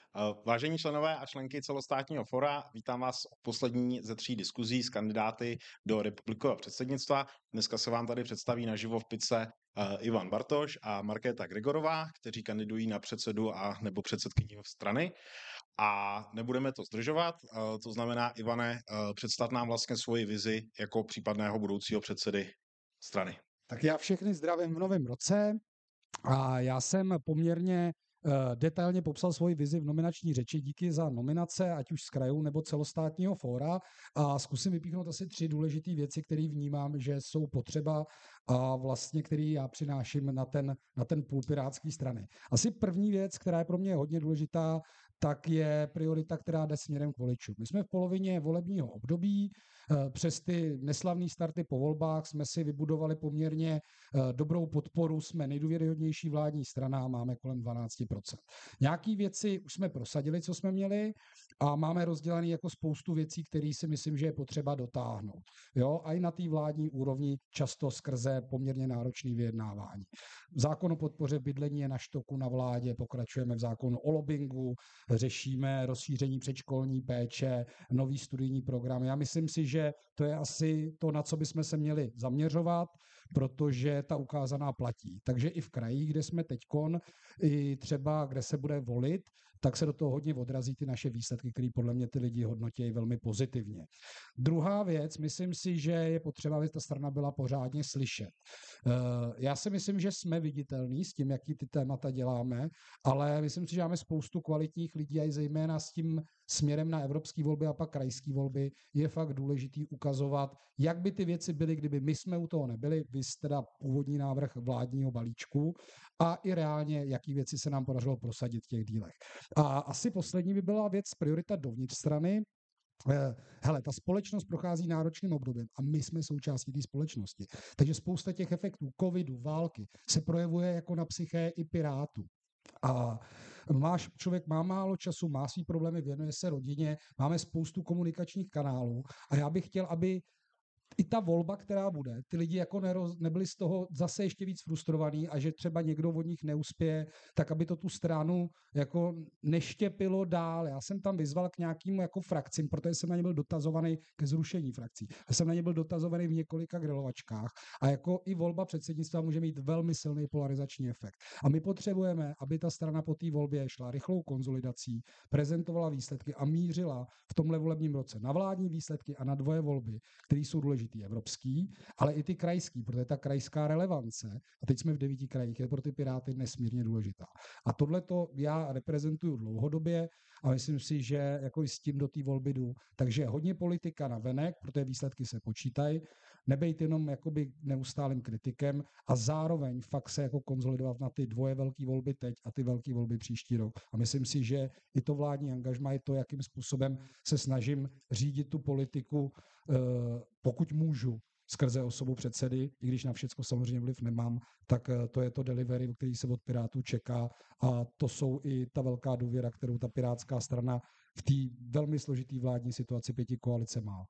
Vážení členové a členky celostátního fora, vítám vás u poslední ze 3 diskuzí s kandidáty do republikového předsednictva. Dneska se vám tady představí naživo v Pice Ivan Bartoš a Markéta Gregorová, kteří kandidují na předsedu a nebo předsedkyni strany. A nebudeme to zdržovat, to znamená, Ivane, představ nám vlastně svoji vizi jako případného budoucího předsedy strany. Tak já všechny zdravím v novém roce a já jsem poměrně detailně popsal svoji vizi v nominační řeči. Díky za nominace, ať už z krajů nebo celostátního fóra, a zkusím vypíchnout asi 3 důležité věci, které vnímám, že jsou potřeba a vlastně, který já přináším na ten půl pirátské strany. Asi první věc, která je pro mě hodně důležitá, tak je priorita, která jde směrem k voličům. My jsme v polovině volebního období, přes ty neslavné starty po volbách jsme si vybudovali poměrně dobrou podporu, jsme nejdůvěryhodnější vládní strana a máme kolem 12%. Nějaké věci už jsme prosadili, co jsme měli, a máme rozdělené jako spoustu věcí, které si myslím, že je potřeba dotáhnout. Jo? A i na té vládní úrovni často skrze poměrně náročné vyjednávání. Zákon o podpoře bydlení je na štoku na vládě, pokračujeme v zákonu o lobbingu, řešíme rozšíření předškolní péče, nový studijní program. Já myslím si, že to je asi to, na co bychom se měli zaměřovat, protože ta ukázaná platí. Takže i v krajích, kde jsme teďkon, i třeba kde se bude volit, tak se do toho hodně odrazí ty naše výsledky, které podle mě ty lidi hodnotí velmi pozitivně. Druhá věc, myslím si, že je potřeba, aby ta strana byla pořádně slyšet. Já si myslím, že jsme viditelní s tím, jaký ty témata děláme, ale myslím si, že máme spoustu kvalitních lidí a i zejména s tím směrem na evropské volby a pak krajské volby je fakt důležitý ukazovat, jak by ty věci byly, kdyby my jsme u toho nebyli, vys teda původní návrh vládního balíčku, a i reálně, jaký věci se nám podařilo prosadit v těch dílech. A asi poslední by byla věc priorita dovnitř strany. Hele, ta společnost prochází náročným obdobím a my jsme součástí té společnosti. Takže spousta těch efektů covidu, války se projevuje jako na psyché i pirátů. A člověk má málo času, má svý problémy, věnuje se rodině, máme spoustu komunikačních kanálů a já bych chtěl, aby i ta volba, která bude, ty lidi jako nebyli z toho zase ještě víc frustrovaní a že třeba někdo od nich neuspěje, tak aby to tu stranu jako neštěpilo dál. Já jsem tam vyzval k nějakému jako frakcím, protože jsem na ně byl dotazovaný ke zrušení frakcí. Já jsem na ně byl dotazovaný v několika grilovačkách a jako i volba předsednictva může mít velmi silný polarizační efekt. A my potřebujeme, aby ta strana po té volbě šla rychlou konzolidací, prezentovala výsledky a mířila v tomhle volebním roce na vládní výsledky a na dvoje volby, které jsou důležitý evropský, ale i ty krajský, protože ta krajská relevance, a teď jsme v 9 krajích, je pro ty Piráty nesmírně důležitá. A tohleto já reprezentuju dlouhodobě a myslím si, že jako s tím do té volby jdu. Takže hodně politika na venek, protože výsledky se počítají, nebejt jenom jakoby neustálým kritikem a zároveň fakt se jako konzolidovat na ty dvoje velké volby teď a ty velké volby příští rok. A myslím si, že i to vládní angažmá je to, jakým způsobem se snažím řídit tu politiku, pokud můžu, skrze osobu předsedy, i když na všecko samozřejmě vliv nemám, tak to je to delivery, který se od Pirátů čeká, a to jsou i ta velká důvěra, kterou ta pirátská strana v té velmi složitý vládní situaci 5 koalice má.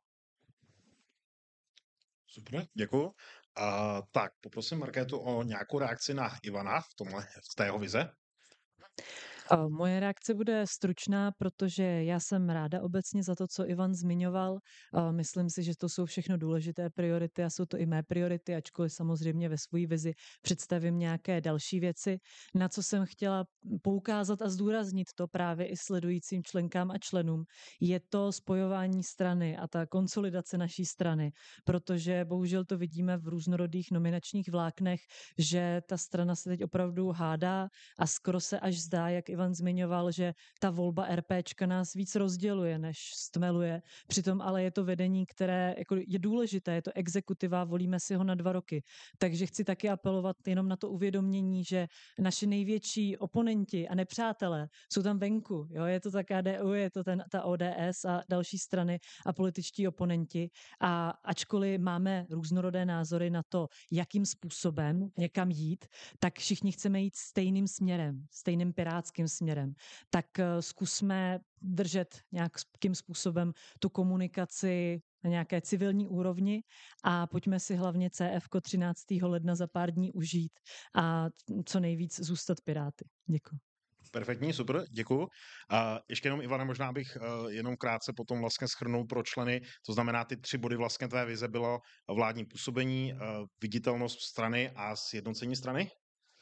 Super, děkuju. Tak, poprosím Markétu o nějakou reakci na Ivana v té jeho vize. Moje reakce bude stručná, protože já jsem ráda obecně za to, co Ivan zmiňoval. Myslím si, že to jsou všechno důležité priority a jsou to i mé priority, ačkoliv samozřejmě ve své vizi představím nějaké další věci. Na co jsem chtěla poukázat a zdůraznit to právě i sledujícím členkám a členům, je to spojování strany a ta konsolidace naší strany, protože bohužel to vidíme v různorodých nominačních vláknech, že ta strana se teď opravdu hádá a skoro se až zdá, jak Ivan zmiňoval, že ta volba RPčka nás víc rozděluje, než stmeluje. Přitom ale je to vedení, které jako je důležité, je to exekutiva, volíme si ho na 2 roky. Takže chci taky apelovat jenom na to uvědomění, že naši největší oponenti a nepřátelé jsou tam venku. Jo? Je to ta KDU, je to ta ODS a další strany a političtí oponenti. A ačkoliv máme různorodé názory na to, jakým způsobem někam jít, tak všichni chceme jít stejným směrem, stejným pirátským směrem. Tak zkusme držet nějakým způsobem tu komunikaci na nějaké civilní úrovni a pojďme si hlavně CFko 13. ledna za pár dní užít a co nejvíc zůstat Piráty. Děkuji. Perfektní, super, děkuju. Ještě jenom, Ivane, možná bych jenom krátce potom vlastně shrnul pro členy, to znamená ty 3 body vlastně tvé vize bylo vládní působení, viditelnost strany a sjednocení strany?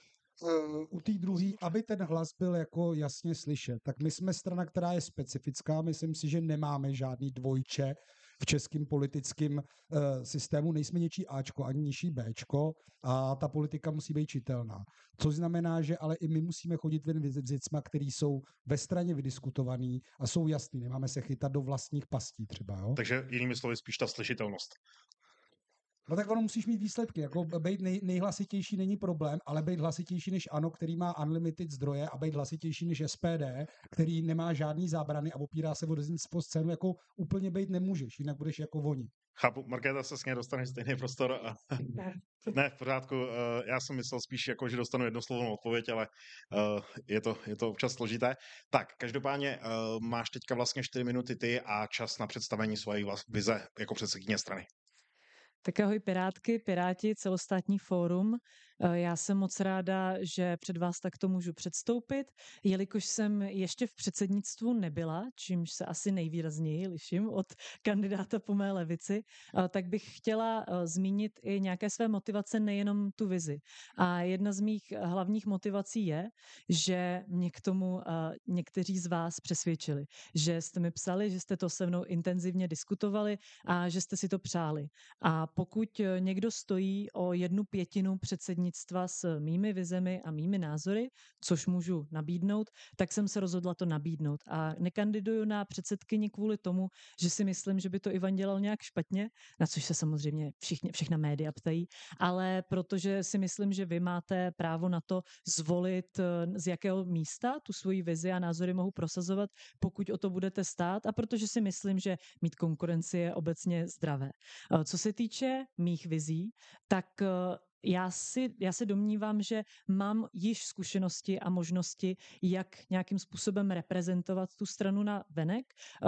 U té druhé, aby ten hlas byl jako jasně slyšet, tak my jsme strana, která je specifická, myslím si, že nemáme žádný dvojče v českém politickém systému, nejsme něčí Ačko ani nižší Bčko a ta politika musí být čitelná. Což znamená, že ale i my musíme chodit ven s věcma, které jsou ve straně vydiskutovaný a jsou jasný, nemáme se chytat do vlastních pastí třeba. Jo? Takže jinými slovy spíš ta slyšitelnost. No tak ono musíš mít výsledky, jako být nejhlasitější není problém, ale být hlasitější než ANO, který má unlimited zdroje a být hlasitější než SPD, který nemá žádný zábrany a opírá se o dezinspo scénu, jako úplně být nemůžeš, jinak budeš jako oni. Chápu, Markéta se s ní dostane stejný prostor. Ne, v pořádku, já jsem myslel spíš, jako, že dostanu jednoslovnou odpověď, ale je to občas složité. Tak, každopádně máš teďka vlastně 4 minuty ty a čas na představení své vize jako předsedkyně strany. Tak ahoj Pirátky, Piráti, celostátní fórum. Já jsem moc ráda, že před vás takto můžu předstoupit, jelikož jsem ještě v předsednictvu nebyla, čímž se asi nejvýrazněji liším od kandidáta po mé levici, tak bych chtěla zmínit i nějaké své motivace, nejenom tu vizi. A jedna z mých hlavních motivací je, že mě k tomu někteří z vás přesvědčili, že jste mi psali, že jste to se mnou intenzivně diskutovali a že jste si to přáli. A pokud někdo stojí o 1/5 předsednictva s mými vizemi a mými názory, což můžu nabídnout, tak jsem se rozhodla to nabídnout. A nekandiduju na předsedkyni kvůli tomu, že si myslím, že by to Ivan dělal nějak špatně, na což se samozřejmě všechna média ptají, ale protože si myslím, že vy máte právo na to zvolit, z jakého místa tu svoji vizi a názory mohu prosazovat, pokud o to budete stát, a protože si myslím, že mít konkurenci je obecně zdravé. Co se týče mých vizí, tak já se domnívám, že mám již zkušenosti a možnosti, jak nějakým způsobem reprezentovat tu stranu na venek.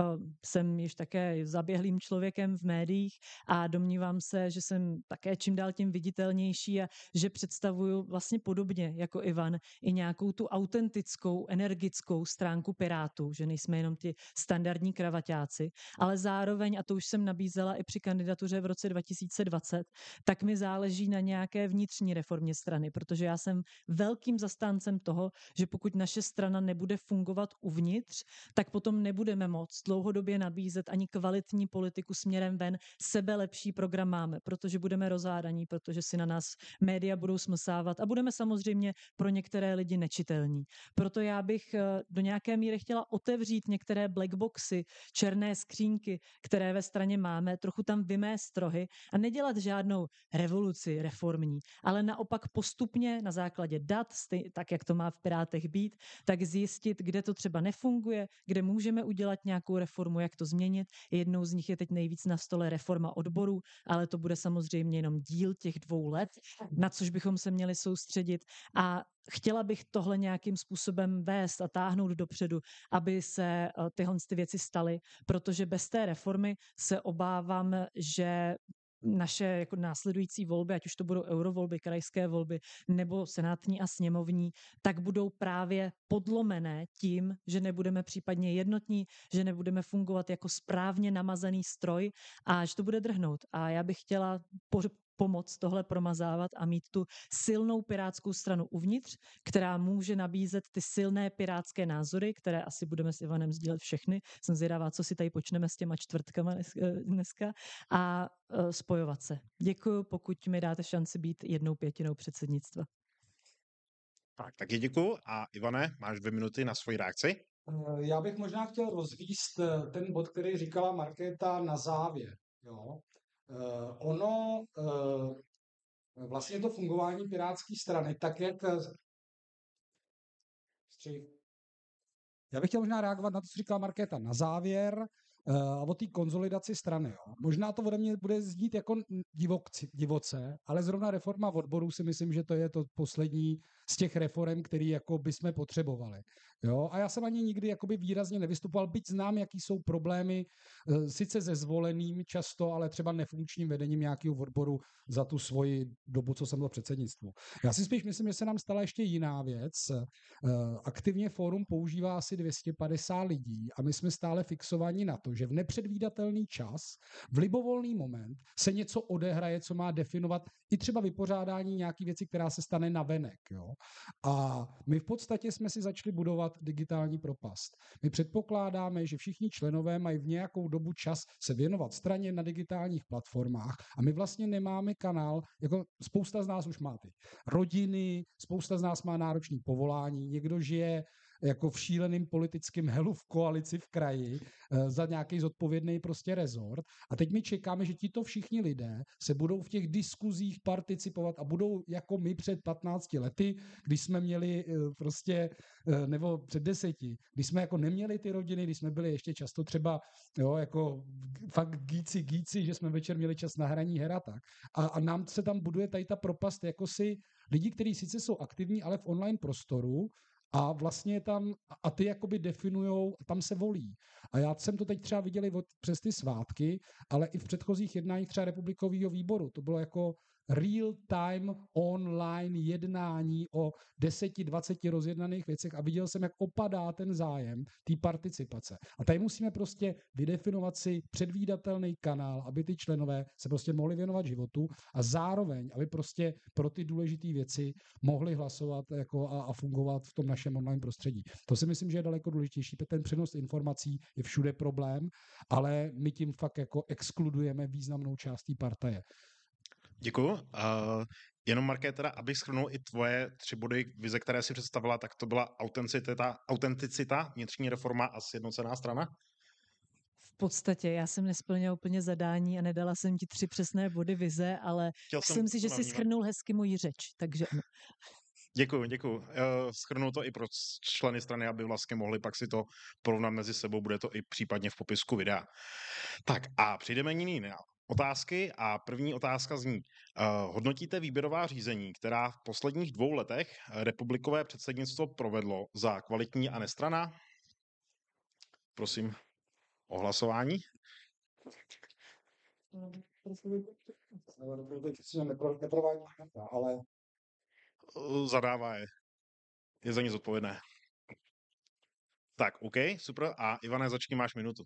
Jsem již také zaběhlým člověkem v médiích a domnívám se, že jsem také čím dál tím viditelnější a že představuju vlastně podobně jako Ivan i nějakou tu autentickou, energickou stránku Pirátů, že nejsme jenom ti standardní kravaťáci, ale zároveň, a to už jsem nabízela i při kandidatuře v roce 2020, tak mi záleží na nějaké vnitřní reformě strany, protože já jsem velkým zastáncem toho, že pokud naše strana nebude fungovat uvnitř, tak potom nebudeme moct dlouhodobě nabízet ani kvalitní politiku směrem ven, sebelepší program máme, protože budeme rozhádaní, protože si na nás média budou smlsávat a budeme samozřejmě pro některé lidi nečitelní. Proto já bych do nějaké míry chtěla otevřít některé blackboxy, černé skřínky, které ve straně máme, trochu tam vymést rohy a nedělat žádnou revoluci reformní, ale naopak postupně na základě dat, tak jak to má v Pirátech být, tak zjistit, kde to třeba nefunguje, kde můžeme udělat nějakou reformu, jak to změnit. Jednou z nich je teď nejvíc na stole reforma odborů, ale to bude samozřejmě jenom díl těch 2 let, na což bychom se měli soustředit. A chtěla bych tohle nějakým způsobem vést a táhnout dopředu, aby se tyhle věci staly, protože bez té reformy se obávám, že naše jako následující volby, ať už to budou eurovolby, krajské volby nebo senátní a sněmovní, tak budou právě podlomené tím, že nebudeme případně jednotní, že nebudeme fungovat jako správně namazaný stroj a že to bude drhnout. A já bych chtěla pomoct tohle promazávat a mít tu silnou pirátskou stranu uvnitř, která může nabízet ty silné pirátské názory, které asi budeme s Ivanem sdílet všechny. Jsem zvědavá, co si tady počneme s těma čtvrtkama dneska a spojovat se. Děkuju, pokud mi dáte šanci být 1/5 předsednictva. Taky děkuju. A Ivane, máš 2 minuty na svoji reakci? Já bych možná chtěl rozvíst ten bod, který říkala Markéta na závěr. Jo? Vlastně to fungování pirátské strany, tak jak... Já bych chtěl možná reagovat na to, co říkala Markéta na závěr, o té konzolidaci strany. Jo. Možná to ode mě bude znít jako divoce, ale zrovna reforma odborů si myslím, že to je to poslední z těch reform, který jako bychom potřebovali. Jo? A já jsem ani nikdy jakoby výrazně nevystupoval, byť znám, jaký jsou problémy sice se zvoleným často, ale třeba nefunkčním vedením nějakého odboru za tu svoji dobu, co jsem byl v předsednictvu. Já si spíš myslím, že se nám stala ještě jiná věc. Aktivně fórum používá asi 250 lidí a my jsme stále fixovaní na to, že v nepředvídatelný čas, v libovolný moment se něco odehraje, co má definovat i třeba vypořádání nějaký věci, která se stane navenek. Jo? A my v podstatě jsme si začali budovat digitální propast. My předpokládáme, že všichni členové mají v nějakou dobu čas se věnovat straně na digitálních platformách a my vlastně nemáme kanál, jako spousta z nás už má ty rodiny, spousta z nás má náročný povolání, někdo žije jako v šíleným politickém helu v koalici v kraji za nějaký zodpovědný prostě rezort. A teď my čekáme, že tito všichni lidé se budou v těch diskuzích participovat a budou jako my před 15 lety, když jsme měli prostě, nebo před 10, když jsme jako neměli ty rodiny, když jsme byli ještě často třeba jo, jako fakt gíci, že jsme večer měli čas na hraní her a tak. A nám se tam buduje tady ta propast jako si lidi, kteří sice jsou aktivní, ale v online prostoru, a vlastně tam, a ty jakoby definujou, tam se volí. A já jsem to teď třeba viděl i přes ty svátky, ale i v předchozích jednáních třeba republikového výboru. To bylo jako real-time online jednání o 10-20 rozjednaných věcech a viděl jsem, jak opadá ten zájem té participace. A tady musíme prostě vydefinovat si předvídatelný kanál, aby ty členové se prostě mohli věnovat životu a zároveň, aby prostě pro ty důležité věci mohli hlasovat jako a fungovat v tom našem online prostředí. To si myslím, že je daleko důležitější. Ten přenos informací je všude problém, ale my tím fakt jako exkludujeme významnou část té partaje. Děkuju. Jenom Marké, teda, abych shrnul i tvoje 3 body vize, které si představila, tak to byla autenticita, vnitřní reforma a sjednocená strana? V podstatě já jsem nesplnila úplně zadání a nedala jsem ti 3 přesné body vize, ale myslím si, že jsi shrnul hezky moji řeč, takže ano. Děkuju. Shrnu to i pro členy strany, aby vlastně mohli pak si to porovnat mezi sebou, bude to i případně v popisku videa. Tak a přijdeme jiný otázky a první otázka zní, hodnotíte výběrová řízení, která v posledních 2 letech republikové předsednictvo provedlo za kvalitní a nestranná? Prosím o hlasování. Ale zadává je. Je za ní zodpovědné. Tak, OK, super. A Ivane, začni, máš minutu.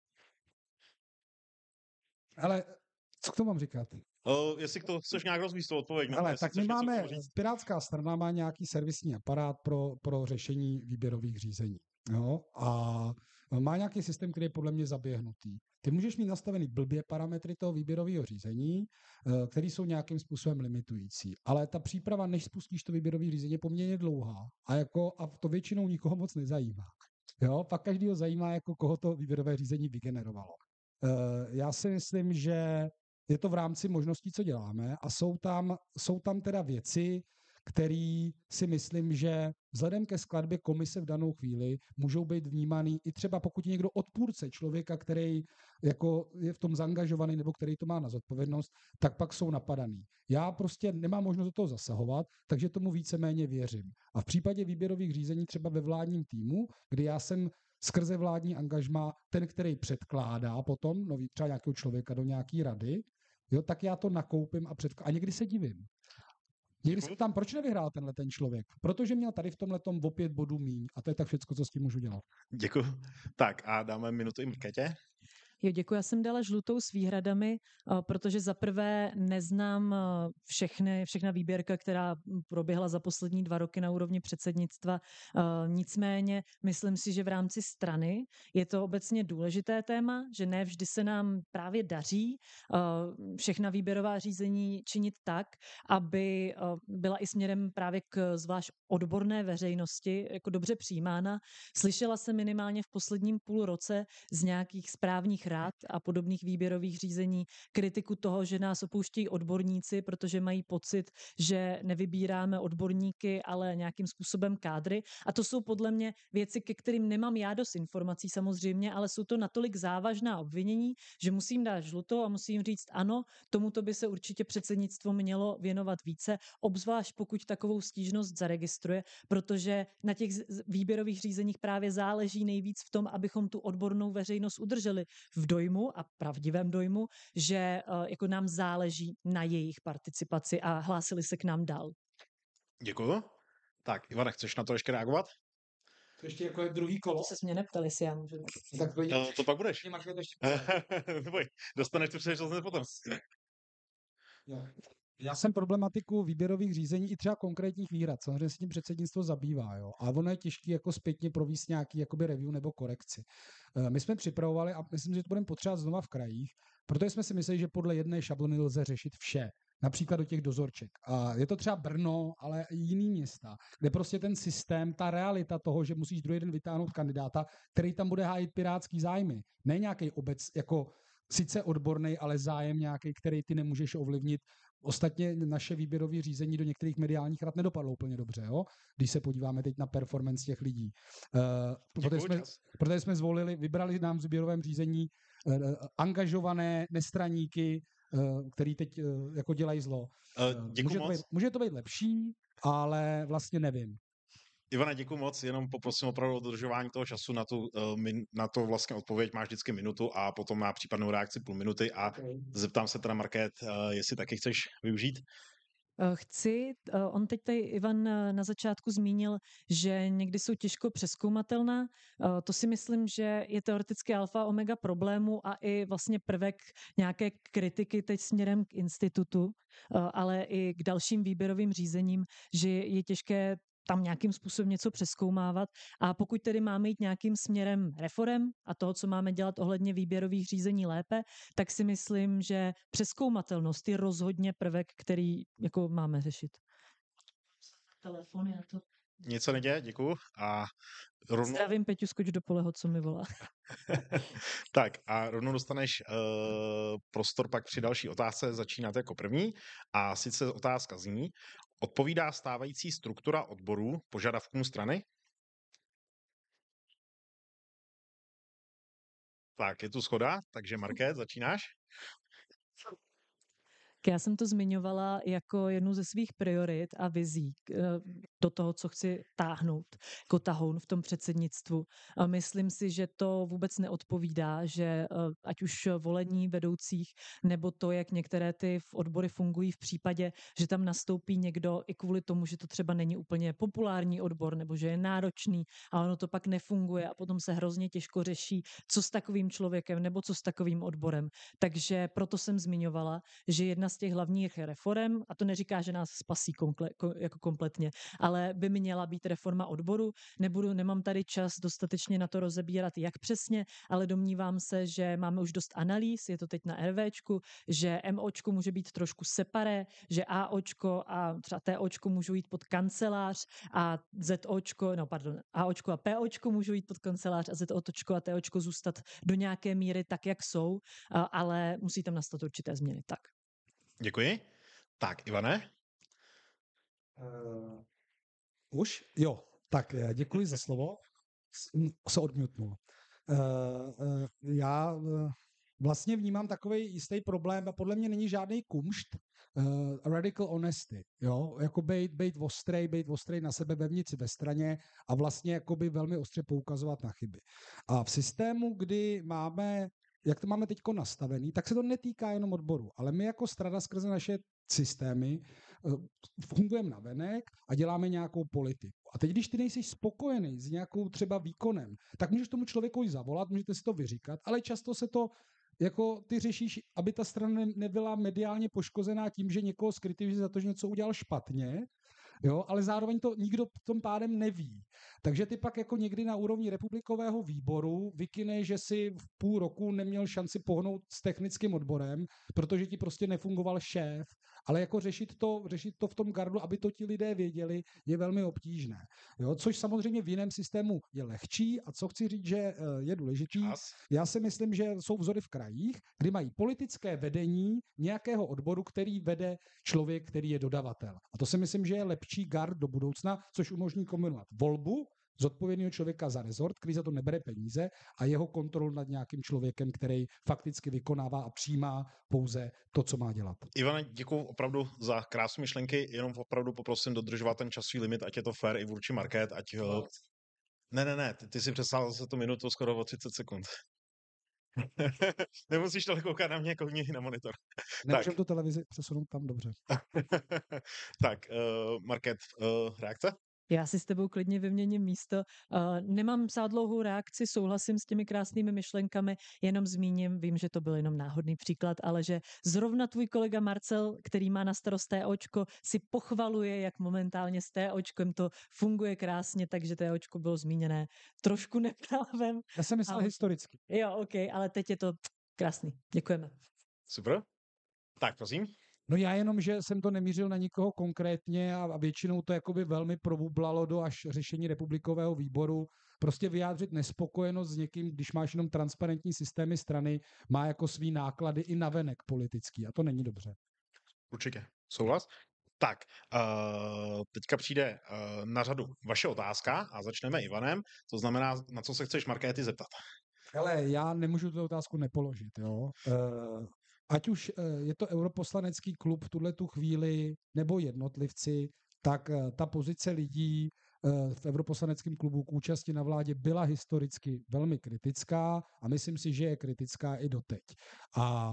Ale co k tomu mám říkat? Jestli to chceš nějak rozvíjet tu odpověď. Ale tak my máme, Pirátská strana má nějaký servisní aparát pro řešení výběrových řízení. Jo? A má nějaký systém, který je podle mě zaběhnutý. Ty můžeš mít nastavený blbě parametry toho výběrového řízení, které jsou nějakým způsobem limitující. Ale ta příprava, než spustíš to výběrové řízení, je poměrně dlouhá. A to většinou nikoho moc nezajímá. Jo? Pak každýho zajímá, jako koho to výběrové řízení vygenerovalo. Já si myslím, že je to v rámci možností, co děláme a jsou tam teda věci, které si myslím, že vzhledem ke skladbě komise v danou chvíli můžou být vnímaný i třeba pokud je někdo odpůrce člověka, který jako je v tom zaangažovaný nebo který to má na zodpovědnost, tak pak jsou napadaný. Já prostě nemám možnost do toho zasahovat, takže tomu víceméně věřím. A v případě výběrových řízení třeba ve vládním týmu, kdy já jsem skrze vládní angažmá ten, který předkládá potom třeba nějakého člověka do nějaký rady, jo, tak já to nakoupím a někdy se divím. Někdy se ptám, proč nevyhrál ten člověk? Protože měl tady v tomhletom o 5 bodů míň a to je tak všecko, co s tím můžu dělat. Děkuji. Tak a dáme minutu i Markétě. Jo, děkuji. Já jsem dala žlutou s výhradami, protože za prvé neznám všechna výběrka, která proběhla za poslední 2 roky na úrovni předsednictva. Nicméně myslím si, že v rámci strany je to obecně důležité téma, že ne vždy se nám právě daří všechna výběrová řízení činit tak, aby byla i směrem právě k zvlášť odborné veřejnosti jako dobře přijímána. Slyšela jsem minimálně v posledním půl roce z nějakých správních dozorčích rad a podobných výběrových řízení, kritiku toho, že nás opouštějí odborníci, protože mají pocit, že nevybíráme odborníky, ale nějakým způsobem kádry. A to jsou podle mě věci, ke kterým nemám já dost informací samozřejmě, ale jsou to natolik závažná obvinění, že musím dát žlutou a musím říct ano, tomuto by se určitě předsednictvo mělo věnovat více, obzvlášť pokud takovou stížnost zaregistruje, protože na těch výběrových řízeních právě záleží nejvíc v tom, abychom tu odbornou veřejnost udrželi v dojmu a pravdivém dojmu, že jako nám záleží na jejich participaci a hlásili se k nám dál. Děkuju. Tak, Ivane, chceš na to ještě reagovat? To ještě jako je druhý kolo. To se mě neptal, jestli já můžu. Tak To pak budeš. Neboj, dostaneš tu příležitost hned potom. Jo. Já jsem problematiku výběrových řízení i třeba konkrétních výhrad. Samozřejmě se tím předsednictvo zabývá. Jo? A ono je těžké jako zpětně provést nějaký jakoby review nebo korekci. My jsme připravovali a myslím, že to budeme potřebovat znova v krajích, protože jsme si mysleli, že podle jedné šablony lze řešit vše. Například do těch dozorček. A je to třeba Brno, ale i jiný města, kde prostě ten systém, ta realita toho, že musíš druhý den vytáhnout kandidáta, který tam bude hájit pirátský zájmy. Ne nějaký obec, jako sice odborný, ale zájem nějaký, který ty nemůžeš ovlivnit. Ostatně naše výběrové řízení do některých mediálních rad nedopadlo úplně dobře, jo? Když se podíváme teď na performance těch lidí. Protože jsme vybrali nám v výběrovém řízení angažované nestraníky, který teď jako dělají zlo. Může to být lepší, ale vlastně nevím. Ivane, děkuji moc, jenom poprosím opravdu o dodržování toho času na to vlastně odpověď máš vždycky minutu a potom na případnou reakci půl minuty a zeptám se teda Markét, jestli taky chceš využít. Chci. On teď tady Ivan na začátku zmínil, že někdy jsou těžko přezkoumatelná. To si myslím, že je teoreticky alfa omega problému a i vlastně prvek nějaké kritiky teď směrem k institutu, ale i k dalším výběrovým řízením, že je těžké tam nějakým způsobem něco přezkoumávat. A pokud tedy máme jít nějakým směrem reforem a toho, co máme dělat ohledně výběrových řízení lépe, tak si myslím, že přezkoumatelnost je rozhodně prvek, který jako máme řešit. Telefon je to. Nic se neděje, děkuju. A zdravím, Peťu, skoč do Poleho, co mi volá. Tak a rovnou dostaneš prostor pak při další otázce, začínáte jako první a sice otázka zní, odpovídá stávající struktura odborů požadavkům strany? Tak, je tu shoda, takže Markét, začínáš? Já jsem to zmiňovala jako jednu ze svých priorit a vizí do toho, co chci táhnout jako tahoun v tom předsednictvu. A myslím si, že to vůbec neodpovídá, že ať už volení vedoucích, nebo to, jak některé ty odbory fungují v případě, že tam nastoupí někdo i kvůli tomu, že to třeba není úplně populární odbor, nebo že je náročný a ono to pak nefunguje a potom se hrozně těžko řeší, co s takovým člověkem nebo co s takovým odborem. Takže proto jsem zmiňovala, že jedna z těch hlavních reforem, a to neříká, že nás spasí jako kompletně, ale by měla být reforma odboru. Nemám tady čas dostatečně na to rozebírat, jak přesně, ale domnívám se, že máme už dost analýz, je to teď na RVčku, že MOčko může být trošku separé, že AOčko a třeba TOčko můžou jít pod kancelář a AOčko a POčko můžou jít pod kancelář a ZOčko a TOčko zůstat do nějaké míry tak, jak jsou, ale musí tam nastat určité změny. Tak. Děkuji. Tak, Ivane? Už? Jo, tak děkuji za slovo. Se odmutnul. Já vlastně vnímám takový jistý problém a podle mě není žádný kumšt radical honesty, jo, jako být ostrej na sebe vevnitř ve straně a vlastně jakoby velmi ostře poukazovat na chyby. A v systému, kdy máme, jak to máme teďko nastavený, tak se to netýká jenom odboru, ale my jako strana skrze naše systémy fungujeme navenek a děláme nějakou politiku. A teď, když ty nejsi spokojený s nějakou třeba výkonem, tak můžeš tomu člověku i zavolat, můžete si to vyříkat, ale často se to jako ty řešíš, aby ta strana nebyla mediálně poškozená tím, že někoho skritizuje za to, že něco udělal špatně, Jo, ale zároveň to nikdo tom pádem neví. Takže ty pak jako někdy na úrovni republikového výboru vykyne, že si v půl roku neměl šanci pohnout s technickým odborem, protože ti prostě nefungoval šéf, ale jako řešit to v tom gardu, aby to ti lidé věděli, je velmi obtížné. Jo, což samozřejmě v jiném systému je lehčí a co chci říct, že je důležitý. Já si myslím, že jsou vzory v krajích, kdy mají politické vedení nějakého odboru, který vede člověk, který je dodavatel. A to si myslím, že je lepší gard do budoucna, což umožní kombinovat volbu zodpovědného člověka za rezort, který za to nebere peníze, a jeho kontrolu nad nějakým člověkem, který fakticky vykonává a přijímá pouze to, co má dělat. Ivane, děkuji opravdu za krásné myšlenky, jenom opravdu poprosím dodržovat ten časový limit, ať je to fair i vůči Market, ať... Ne, ty si přestál zase tu minutu skoro o 30 sekund. Nemusíš tolik koukat na mě, koukni na monitor. Nemůžeme tu televizi přesunout tam, dobře. Tak, Market, reakce? Já si s tebou klidně vyměním místo. Nemám dlouhou reakci, souhlasím s těmi krásnými myšlenkami, jenom zmíním, vím, že to byl jenom náhodný příklad, ale že zrovna tvůj kolega Marcel, který má na starost TOčko, si pochvaluje, jak momentálně s TOčkem to funguje krásně, takže TOčko bylo zmíněné trošku neprávem. Já jsem myslel historicky. Jo, OK, ale teď je to krásný. Děkujeme. Super. Tak, prosím. No já jenom, že jsem to nemířil na nikoho konkrétně a většinou to jakoby velmi probublalo do až řešení republikového výboru. Prostě vyjádřit nespokojenost s někým, když máš jenom transparentní systémy strany, má jako svý náklady i navenek politický a to není dobře. Určitě. Souhlas? Tak, teďka přijde na řadu vaše otázka a začneme Ivanem. To znamená, na co se chceš, Markéty, zeptat? Hele, já nemůžu tu otázku nepoložit, jo. Ať už je to europoslanecký klub v tuhletu chvíli nebo jednotlivci, tak ta pozice lidí v europoslaneckém klubu k účasti na vládě byla historicky velmi kritická a myslím si, že je kritická i doteď. A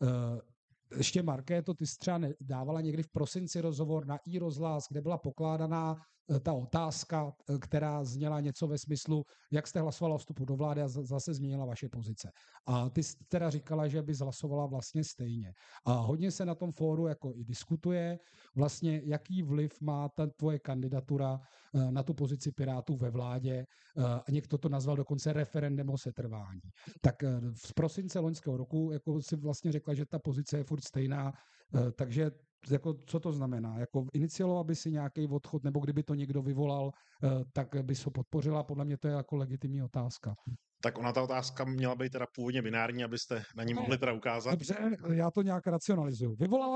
ještě Markéto, ty jsi třeba dávala někdy v prosinci rozhovor na iRozhlas, kde byla pokládaná ta otázka, která zněla něco ve smyslu, jak jste hlasovala o vstupu do vlády a zase změnila vaše pozice. A ty jsi teda říkala, že bys hlasovala vlastně stejně. A hodně se na tom fóru jako i diskutuje, vlastně jaký vliv má ta tvoje kandidatura na tu pozici Pirátů ve vládě. A někdo to nazval dokonce referendem o setrvání. Tak v prosince loňského roku jako si vlastně řekla, že ta pozice je furt stejná, takže jako, co to znamená? Jako iniciovala by si nějaký odchod, nebo kdyby to někdo vyvolal, tak by se ho podpořila? Podle mě to je jako legitimní otázka. Tak ona ta otázka měla být teda původně binární, abyste na ní mohli teda ukázat. Dobře, já to nějak racionalizuju. Vyvolala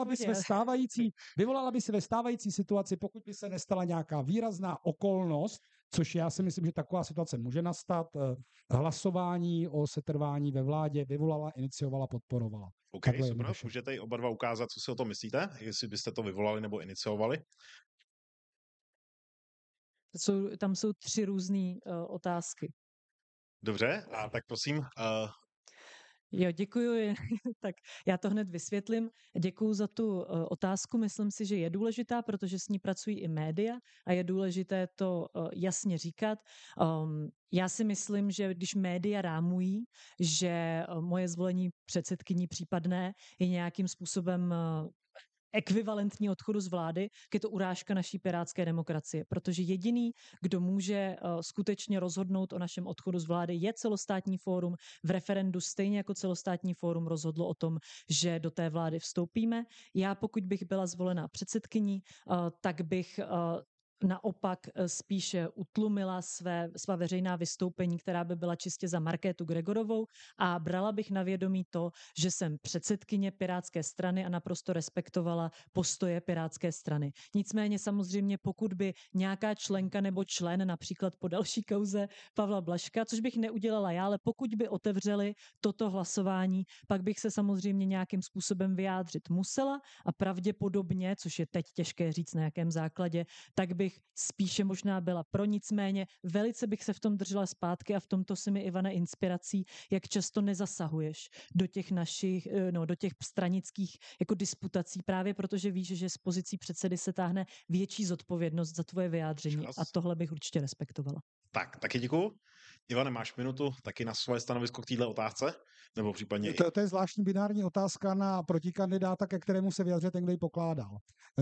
by si ve stávající situaci, pokud by se nestala nějaká výrazná okolnost, což já si myslím, že taková situace může nastat, hlasování o setrvání ve vládě vyvolala, iniciovala, podporovala. OK, super, můžete i oba dva ukázat, co si o tom myslíte, jestli byste to vyvolali nebo iniciovali. Tam jsou 3 různé otázky. Dobře, a tak prosím. Jo, děkuju. Tak já to hned vysvětlím. Děkuju za tu otázku. Myslím si, že je důležitá, protože s ní pracují i média a je důležité to jasně říkat. Já si myslím, že když média rámují, že moje zvolení předsedkyní případné je nějakým způsobem ekvivalentní odchodu z vlády, je to urážka naší pirátské demokracie, protože jediný, kdo může skutečně rozhodnout o našem odchodu z vlády, je celostátní fórum. V referendu stejně jako celostátní fórum rozhodlo o tom, že do té vlády vstoupíme. Já, pokud bych byla zvolená předsedkyní, tak bych naopak spíše utlumila svá veřejná vystoupení, která by byla čistě za Markétu Gregorovou, a brala bych na vědomí to, že jsem předsedkyně Pirátské strany a naprosto respektovala postoje Pirátské strany. Nicméně samozřejmě, pokud by nějaká členka nebo člen, například po další kauze Pavla Blažka, což bych neudělala já, ale pokud by otevřeli toto hlasování, pak bych se samozřejmě nějakým způsobem vyjádřit musela a pravděpodobně, což je teď těžké říct na jakém základě, tak bych spíše možná byla pro, nicméně velice bych se v tom držela zpátky a v tomto si mi, Ivane, inspirací, jak často nezasahuješ do těch našich, do těch stranických jako disputací, právě protože víš, že z pozicí předsedy se táhne větší zodpovědnost za tvoje vyjádření. Čas. A tohle bych určitě respektovala. Tak, taky děkuju. Ivane, máš minutu taky na svoje stanovisko k této otázce? Nebo případně... To je zvláštní binární otázka na protikandidáta, ke kterému se vyjadřuje ten, kdo ji pokládal.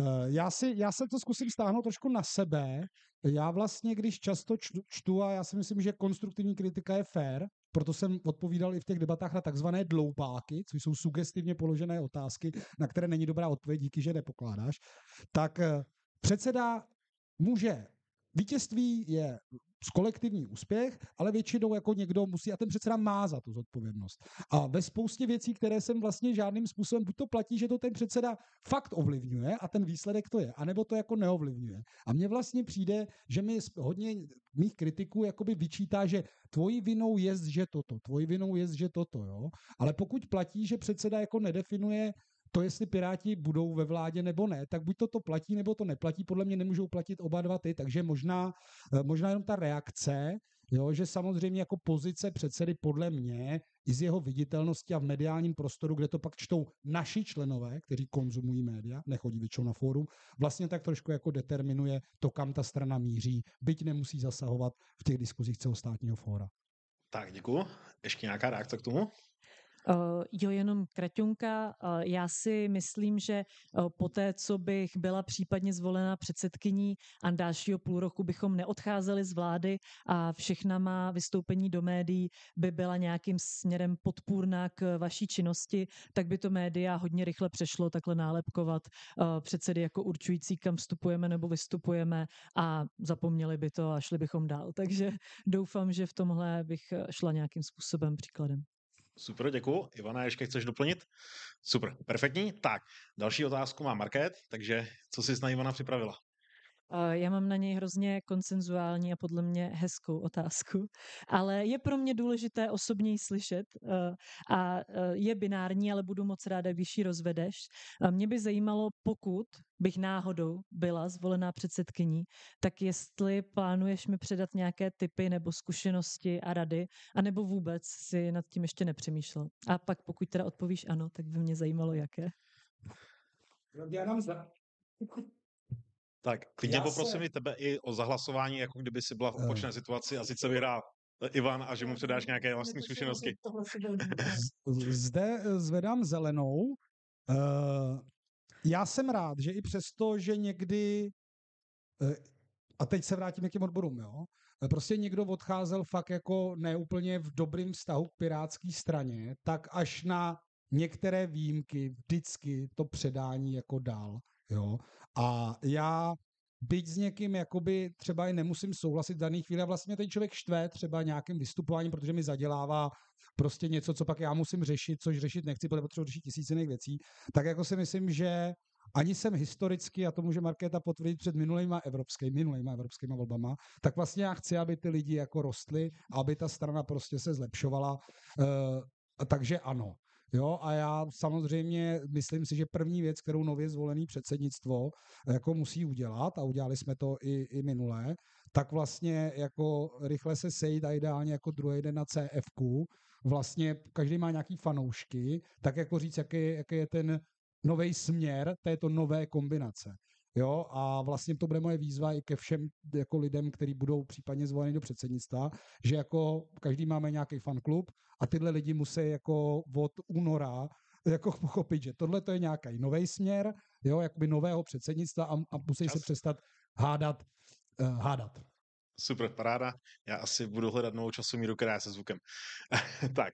Já se to zkusím stáhnout trošku na sebe. Já vlastně, když často čtu, a já si myslím, že konstruktivní kritika je fair, proto jsem odpovídal i v těch debatách na takzvané dloupáky, což jsou sugestivně položené otázky, na které není dobrá odpověď, díky, že nepokládáš, tak předseda může, vítězství je kolektivní úspěch, ale většinou jako někdo musí, a ten předseda má za tu zodpovědnost. A ve spoustě věcí, které jsem vlastně žádným způsobem, buď to platí, že to ten předseda fakt ovlivňuje a ten výsledek to je, anebo to jako neovlivňuje. A mně vlastně přijde, že mi hodně mých kritiků jakoby vyčítá, že tvojí vinou je, že toto, tvojí vinou je, že toto, jo. Ale pokud platí, že předseda jako nedefinuje to, jestli Piráti budou ve vládě nebo ne, tak buď to platí, nebo to neplatí. Podle mě nemůžou platit oba dva ty, takže možná jenom ta reakce, jo, že samozřejmě jako pozice předsedy podle mě i z jeho viditelnosti a v mediálním prostoru, kde to pak čtou naši členové, kteří konzumují média, nechodí většinou na fórum, vlastně tak trošku jako determinuje to, kam ta strana míří, byť nemusí zasahovat v těch diskuzích celostátního fóra. Tak, děkuju. Ještě nějaká reakce k tomu? Jo, jenom kraťunka. Já si myslím, že po té, co bych byla případně zvolena předsedkyní a dalšího půl roku bychom neodcházeli z vlády a všechna má vystoupení do médií by byla nějakým směrem podpůrná k vaší činnosti, tak by to média hodně rychle přešlo takhle nálepkovat předsedy jako určující, kam vstupujeme nebo vystupujeme a zapomněli by to a šli bychom dál. Takže doufám, že v tomhle bych šla nějakým způsobem příkladem. Super, děkuju. Ivana, ještě chceš doplnit? Super, perfektní. Tak, další otázku má Market, takže co jsi na Ivana připravila? Já mám na něj hrozně konsenzuální a podle mě hezkou otázku, ale je pro mě důležité osobně ji slyšet a je binární, ale budu moc ráda, když ji rozvedeš. Mě by zajímalo, pokud bych náhodou byla zvolená předsedkyní, tak jestli plánuješ mi předat nějaké tipy nebo zkušenosti a rady, anebo vůbec si nad tím ještě nepřemýšlel. A pak pokud teda odpovíš ano, tak by mě zajímalo, jaké. Tak, klidně poprosím i tebe i o zahlasování, jako kdyby si byla v opačné situaci a sice vyhrál Ivan a že mu předáš nějaké vlastní zkušenosti. Zde zvedám zelenou. Já jsem rád, že i přesto, že někdy, a teď se vrátím k těm odborům, jo, prostě někdo odcházel fakt jako neúplně v dobrým vztahu k pirátské straně, tak až na některé výjimky vždycky to předání jako dál, jo. A já byť s někým jakoby třeba i nemusím souhlasit v daný chvíli a vlastně ten člověk štve třeba nějakým vystupováním, protože mi zadělává prostě něco, co pak já musím řešit, což řešit nechci, protože potřebuji řešit tisíc jiných věcí, tak jako si myslím, že ani jsem historicky, a to může Markéta potvrdit před minulejma evropskýma volbama, tak vlastně já chci, aby ty lidi jako rostly, aby ta strana prostě se zlepšovala, takže ano. Jo, a já samozřejmě myslím si, že první věc, kterou nově zvolený předsednictvo jako musí udělat, a udělali jsme to i minulé, tak vlastně jako rychle se sejít a ideálně jako druhý den na CFku, vlastně každý má nějaký fanoušky, tak jako říct, jaký je ten nový směr této nové kombinace. Jo, a vlastně to bude moje výzva i ke všem jako lidem, kteří budou případně zvoleni do předsednictva, že jako každý máme nějaký fanklub a tyhle lidi musí jako od února jako pochopit, že tohle to je nějaký nový směr, jo, jakoby nového předsednictva a musí se přestat hádat. Super, paráda. Já asi budu hledat novou časomíru, která je se zvukem. Tak.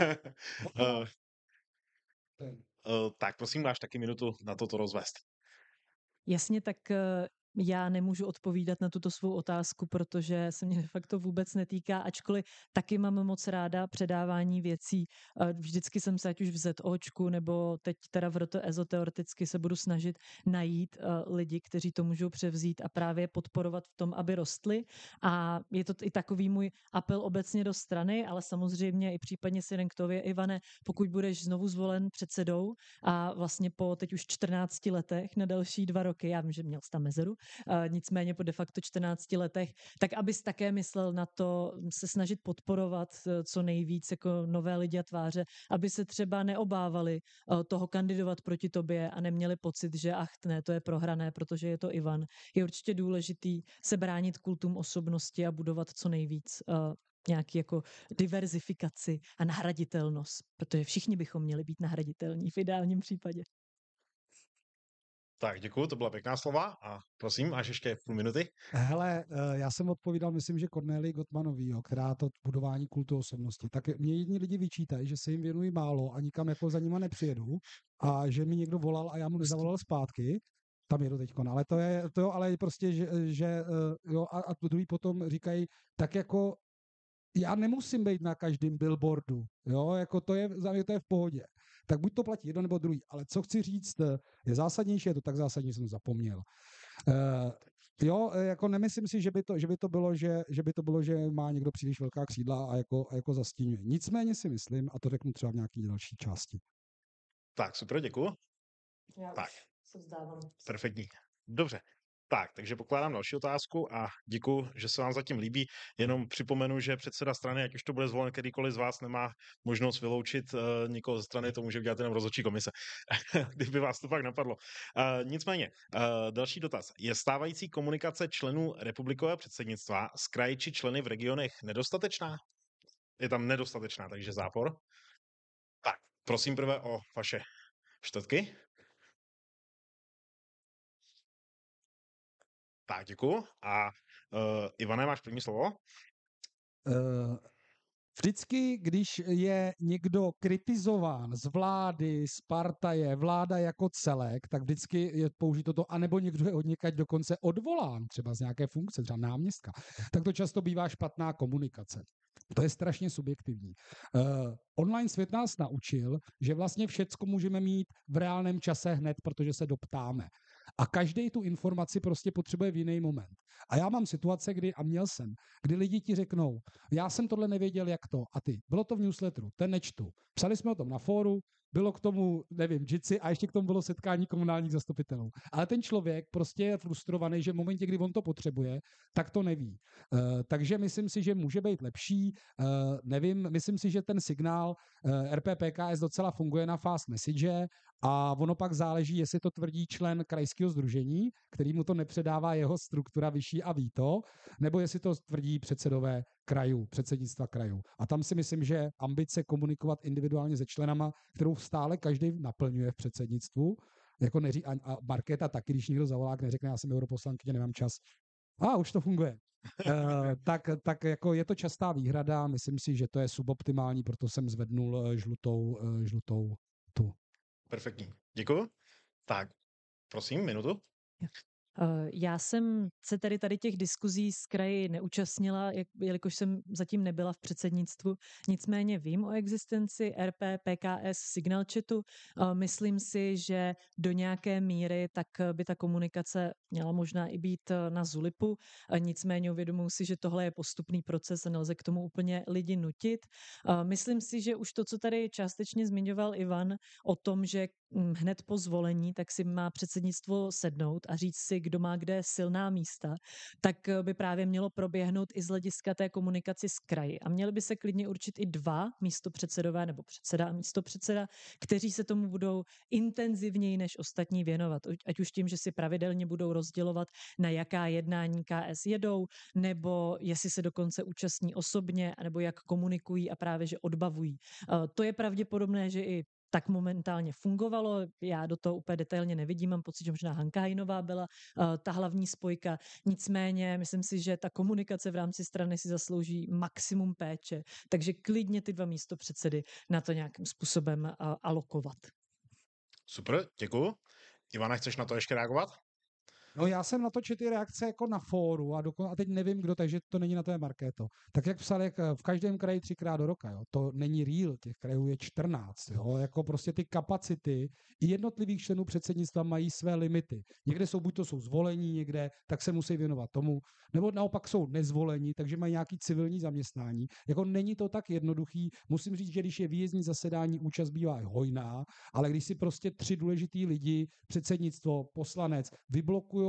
Tak, prosím, máš taky minutu na toto rozvést. Jasně, tak já nemůžu odpovídat na tuto svou otázku, protože se mě de facto vůbec netýká, ačkoliv taky mám moc ráda předávání věcí. Vždycky jsem se ať už v ZOčku nebo teď teda v RTEZO teoreticky se budu snažit najít lidi, kteří to můžou převzít a právě podporovat v tom, aby rostly. A je to i takový můj apel obecně do strany, ale samozřejmě i případně si k tově, Ivane, pokud budeš znovu zvolen předsedou a vlastně po teď už 14 letech na další 2 roky, já vím, že měl jsi tam mezeru, nicméně po de facto 14 letech, tak abys také myslel na to se snažit podporovat co nejvíc jako nové lidi a tváře, aby se třeba neobávali toho kandidovat proti tobě a neměli pocit, že ne, to je prohrané, protože je to Ivan. Je určitě důležitý se bránit kultům osobnosti a budovat co nejvíc nějaký jako diverzifikaci a nahraditelnost, protože všichni bychom měli být nahraditelní v ideálním případě. Tak děkuju, to byla pěkná slova a prosím, máš ještě půl minuty. Hele, já jsem odpovídal, myslím, že Cornelii Gottmanový, která to budování kultu osobnosti. Tak mě jedni lidi vyčítají, že se jim věnují málo a nikam jako za nima nepřijedu a že mi někdo volal a já mu nezavolal zpátky. Tam jedu teďkon, ale to je, ale prostě, že jo, a druhý potom říkají, tak jako já nemusím být na každém billboardu, jo, jako to je, za mě to je v pohodě. Tak buď to platí jedno nebo druhý, ale co chci říct, je zásadnější, je to tak zásadní, jsem to zapomněl. Jo, jako nemyslím si, že by to bylo, že má někdo příliš velká křídla a jako zastínuje. Nicméně si myslím, a to řeknu třeba v nějaké další části. Tak, super, děkuju. Já tak. se vzdávám. Perfektní. Dobře. Tak, takže pokládám další otázku a děkuji, že se vám zatím líbí. Jenom připomenu, že předseda strany, ať už to bude zvolen kterýkoliv z vás, nemá možnost vyloučit někoho ze strany, to může udělat jenom rozhodčí komise, kdyby vás to pak napadlo. Nicméně, další dotaz. Je stávající komunikace členů republikového předsednictva s kraji či členy v regionech nedostatečná? Je tam nedostatečná, takže zápor. Tak, prosím prvé o vaše štetky. Tak, děkuju. A Ivane, máš první slovo? Vždycky, když je někdo kritizován z vlády, z partaje, vláda jako celek, tak vždycky je použito to, anebo někdo je od někaď dokonce odvolán, třeba z nějaké funkce, třeba náměstka, tak to často bývá špatná komunikace. To je strašně subjektivní. Online svět nás naučil, že vlastně všecko můžeme mít v reálném čase hned, protože se doptáme. A každý tu informaci prostě potřebuje v jiný moment. A já mám situace, kdy lidi ti řeknou, já jsem tohle nevěděl, jak to, a ty. Bylo to v newsletteru, ten nečtu. Psali jsme o tom na fóru, bylo k tomu, nevím, JITSI a ještě k tomu bylo setkání komunálních zastupitelů. Ale ten člověk prostě je frustrovaný, že v momentě, kdy on to potřebuje, tak to neví. Takže myslím si, že může být lepší. Nevím, myslím si, že ten signál RPPKS docela funguje na fast message a ono pak záleží, jestli to tvrdí člen krajského sdružení, který mu to nepředává jeho struktura vyšší a ví to, nebo jestli to tvrdí předsedové krajů, předsednictva krajů. A tam si myslím, že ambice komunikovat individuálně se členama, kterou stále každý naplňuje v předsednictvu, jako a Markéta taky, když někdo zavolá, neřekne, já jsem europoslankyně, nemám čas. Už to funguje. Tak jako je to častá výhrada, myslím si, že to je suboptimální, proto jsem zvednul žlutou tu. Perfektní. Děkuju. Tak, prosím, minutu. Já jsem se tady těch diskuzí z kraji neúčastnila, jelikož jsem zatím nebyla v předsednictvu. Nicméně vím o existenci RP, PKS, Signal chatu. Myslím si, že do nějaké míry tak by ta komunikace měla možná i být na zulipu. Nicméně uvědomuji si, že tohle je postupný proces a nelze k tomu úplně lidi nutit. Myslím si, že už to, co tady částečně zmiňoval Ivan o tom, že hned po zvolení, tak si má předsednictvo sednout a říct si, kdo má kde silná místa, tak by právě mělo proběhnout i z hlediska té komunikaci s kraji. A měli by se klidně určit i 2 místopředsedové nebo předseda a místopředseda, kteří se tomu budou intenzivněji než ostatní věnovat. Ať už tím, že si pravidelně budou rozdělovat, na jaká jednání KS jedou, nebo jestli se dokonce účastní osobně, nebo jak komunikují a právě, že odbavují. To je pravděpodobné, že i tak momentálně fungovalo. Já do toho úplně detailně nevidím, mám pocit, že možná Hanka Hajnová byla ta hlavní spojka. Nicméně myslím si, že ta komunikace v rámci strany si zaslouží maximum péče, takže klidně ty 2 místopředsedy na to nějakým způsobem alokovat. Super, děkuju. Ivana, chceš na to ještě reagovat? No já jsem na to četl reakce jako na fóru a teď nevím kdo, takže to není na té Markéto. Tak jak psal, jak v každém kraji 3krát do roka, jo. To není real, těch krajů je 14, jo. Jako prostě ty kapacity i jednotlivých členů předsednictva mají své limity. Někde jsou, buď to jsou zvolení někde, tak se musí věnovat tomu, nebo naopak jsou nezvolení, takže mají nějaký civilní zaměstnání. Jako není to tak jednoduchý. Musím říct, že když je výjezdní zasedání, účast bývá hojná, ale když si prostě 3 důležitý lidi, předsednictvo, poslanec, vyblokujou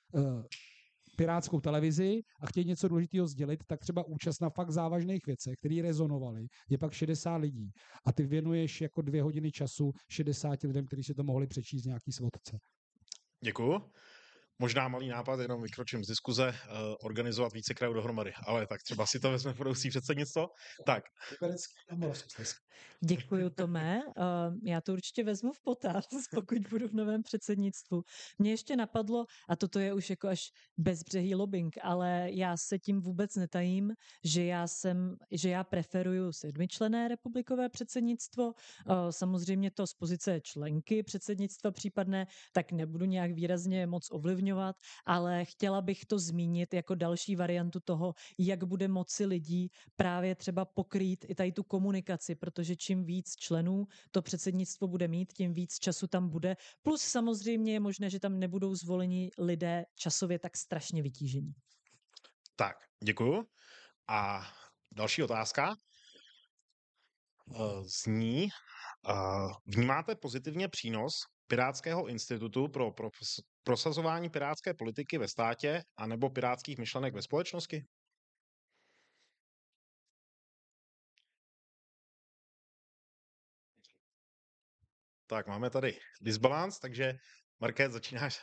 pirátskou televizi a chtějí něco důležitého sdělit, tak třeba účast na fakt závažných věcech, které rezonovaly, je pak 60 lidí. A ty věnuješ jako 2 hodiny času 60 lidem, kteří si to mohli přečíst v nějaký svodce. Děkuju. Možná malý nápad, jenom vykročím z diskuze, organizovat více krajů dohromady, ale tak třeba si to vezme budoucí předsednictvo. Tak, Děkuju, Tome. Já to určitě vezmu v potaz, pokud budu v novém předsednictvu. Mně ještě napadlo, a toto je už jako až bezbřehý lobbying, ale já se tím vůbec netajím, že já preferuju 7členné republikové předsednictvo. Samozřejmě to z pozice členky předsednictva případné, tak nebudu nějak výrazně moc ovlivňovat, ale chtěla bych to zmínit jako další variantu toho, jak bude moci lidí právě třeba pokrýt i tady tu komunikaci, protože čím víc členů to předsednictvo bude mít, tím víc času tam bude. Plus samozřejmě je možné, že tam nebudou zvoleni lidé časově tak strašně vytížení. tak, děkuju. A další otázka zní, vnímáte pozitivně přínos Pirátského institutu pro prosazování pirátské politiky ve státě anebo pirátských myšlenek ve společnosti? Tak, máme tady disbalans, takže Markéta, začínáš.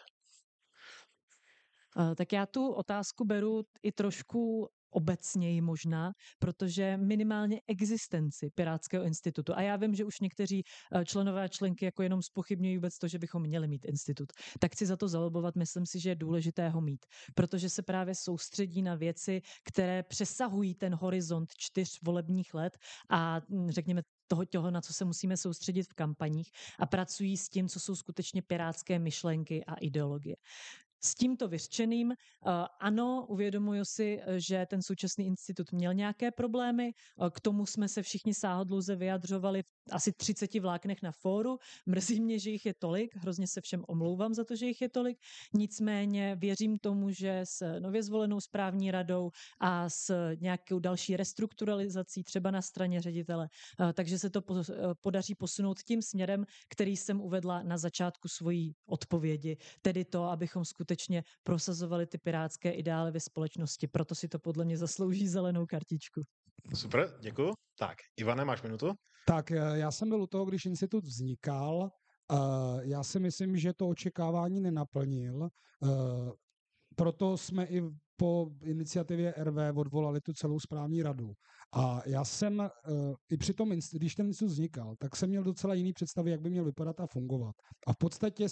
Tak já tu otázku beru i trošku obecněji možná, protože minimálně existenci Pirátského institutu, a já vím, že už někteří členové a členky jako jenom zpochybňují vůbec to, že bychom měli mít institut, tak chci za to zalobovat, myslím si, že je důležité ho mít, protože se právě soustředí na věci, které přesahují ten horizont 4 volebních let a řekněme toho, na co se musíme soustředit v kampaních a pracují s tím, co jsou skutečně pirátské myšlenky a ideologie. S tímto vyřčeným, ano, uvědomuji si, že ten současný institut měl nějaké problémy, k tomu jsme se všichni sáhodlouze vyjadřovali v asi 30 vláknech na fóru, mrzí mě, že jich je tolik, hrozně se všem omlouvám za to, že jich je tolik, nicméně věřím tomu, že s nově zvolenou správní radou a s nějakou další restrukturalizací třeba na straně ředitele, takže se to podaří posunout tím směrem, který jsem uvedla na začátku svojí odpovědi, tedy to, abychom skutečně prosazovali ty pirátské ideály ve společnosti. Proto si to podle mě zaslouží zelenou kartičku. Super, děkuji. Tak, Ivane, máš minutu? Tak já jsem byl u toho, když institut vznikal. Já si myslím, že to očekávání nenaplnil. Proto jsme i po iniciativě RV odvolali tu celou správní radu. A já jsem i při tom, když ten institut vznikal, tak jsem měl docela jiný představy, jak by měl vypadat a fungovat. A v podstatě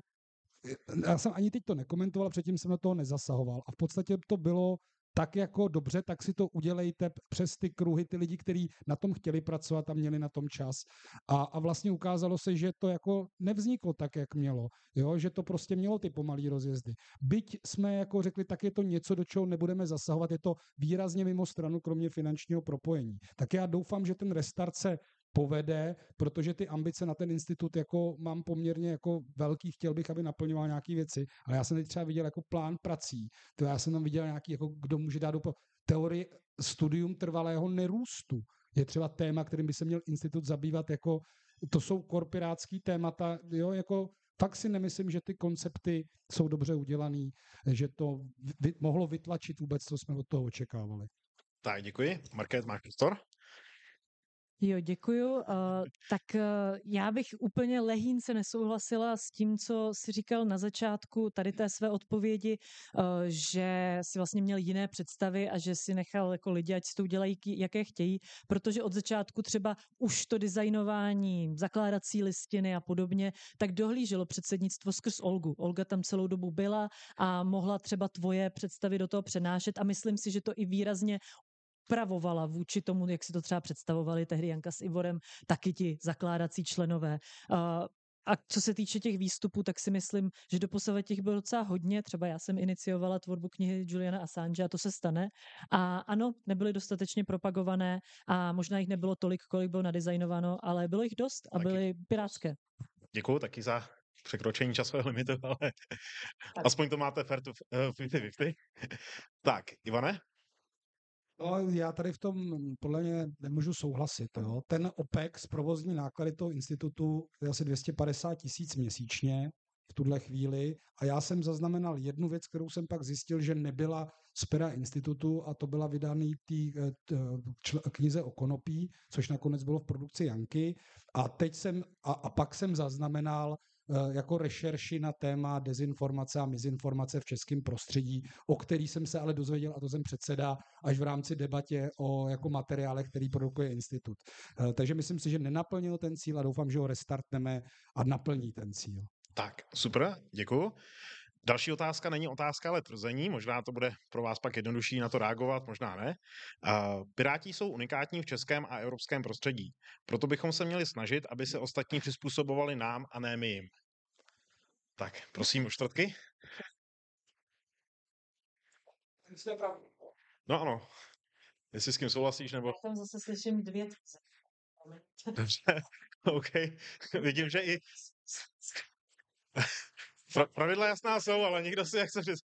já jsem ani teď to nekomentoval, předtím jsem do toho nezasahoval. A v podstatě to bylo tak jako dobře, tak si to udělejte přes ty kruhy, ty lidi, kteří na tom chtěli pracovat a měli na tom čas. A vlastně ukázalo se, že to jako nevzniklo tak, jak mělo. Jo? Že to prostě mělo ty pomalý rozjezdy. Byť jsme jako řekli, tak je to něco, do čeho nebudeme zasahovat, je to výrazně mimo stranu, kromě finančního propojení. Tak já doufám, že ten restart se povede, protože ty ambice na ten institut jako mám poměrně jako velký, chtěl bych, aby naplňoval nějaké věci, ale já jsem teď třeba viděl jako plán prací, to já jsem tam viděl nějaký, jako kdo může dát do teorii studium trvalého nerůstu. Je třeba téma, kterým by se měl institut zabývat, jako to jsou korporátský témata, jo, jako fakt si nemyslím, že ty koncepty jsou dobře udělaný, že to mohlo vytlačit vůbec, co jsme od toho očekávali. Tak, děkuji. Markéta, máš prostor? Jo, děkuju. Já bych úplně lehínce nesouhlasila s tím, co si říkal na začátku tady té své odpovědi, že si vlastně měl jiné představy a že si nechal jako lidi, ať si to udělají, jaké chtějí, protože od začátku třeba už to designování, zakládací listiny a podobně, tak dohlíželo předsednictvo skrz Olgu. Olga tam celou dobu byla a mohla třeba tvoje představy do toho přenášet a myslím si, že to i výrazně upravovala vůči tomu, jak si to třeba představovali tehdy Janka s Ivorem, taky ti zakládací členové. A co se týče těch výstupů, tak si myslím, že doposavad těch bylo docela hodně. Třeba já jsem iniciovala tvorbu knihy Juliana Assange a to se stane. A ano, nebyly dostatečně propagované a možná jich nebylo tolik, kolik bylo nadizajnováno, ale bylo jich dost a byly pirátské. Děkuju taky za překročení časového limitu, ale aspoň to máte fair to 50-50. Tak, Ivane? No, já tady v tom podle mě nemůžu souhlasit. Jo. Ten OPEX, provozní náklady toho institutu, je asi 250 000 měsíčně v tuhle chvíli a já jsem zaznamenal jednu věc, kterou jsem pak zjistil, že nebyla z pera institutu a to byla vydaný knize o konopí, což nakonec bylo v produkci Janky a pak jsem zaznamenal jako rešerši na téma dezinformace a mizinformace v českém prostředí, o který jsem se ale dozvěděl, a to jsem předseda, až v rámci debatě o jako materiálech, který produkuje institut. Takže myslím si, že nenaplnil ten cíl a doufám, že ho restartneme a naplní ten cíl. Tak, super, děkuju. Další otázka není otázka, ale tvrzení. Možná to bude pro vás pak jednodušší na to reagovat, možná ne. Piráti jsou unikátní v českém a evropském prostředí. Proto bychom se měli snažit, aby se ostatní přizpůsobovali nám a ne my jim. Tak, prosím o čtvrtky. No ano. Jestli s kým souhlasíš, nebo... Já tam zase slyším 2 Dobře, OK. Vidím, že i... Pravidla jasná jsou, ale nikdo si jak chce říct.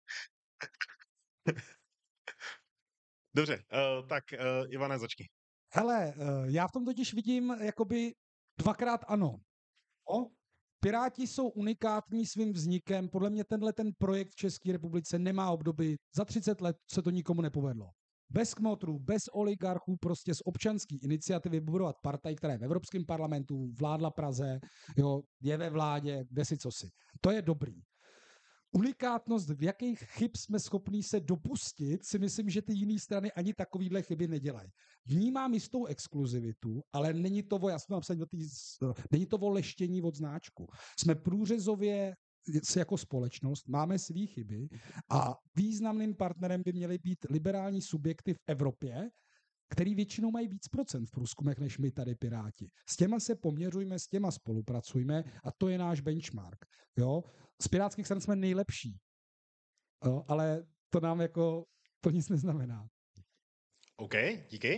Dobře, tak Ivane, začni. Hele, já v tom totiž vidím jakoby 2x ano. Piráti jsou unikátní svým vznikem. Podle mě ten projekt v České republice nemá obdoby. Za 30 let se to nikomu nepovedlo. Bez kmotrů, bez oligarchů, prostě z občanské iniciativy budovat partaj, která je v Evropském parlamentu, vládla Praze, jo, je ve vládě, kde si co si. To je dobrý. Unikátnost, v jakých chyb jsme schopní se dopustit, si myslím, že ty jiné strany ani takovýhle chyby nedělají. Vnímám jistou exkluzivitu, ale není to není to o leštění od značku. Jsme průřezově jako společnost, máme svý chyby a významným partnerem by měly být liberální subjekty v Evropě, který většinou mají víc procent v průzkumech než my tady Piráti. S těma se poměřujme, s těma spolupracujme a to je náš benchmark. Jo? Z pirátských stran jsme nejlepší, jo? Ale to nám jako, to nic neznamená. OK, díky.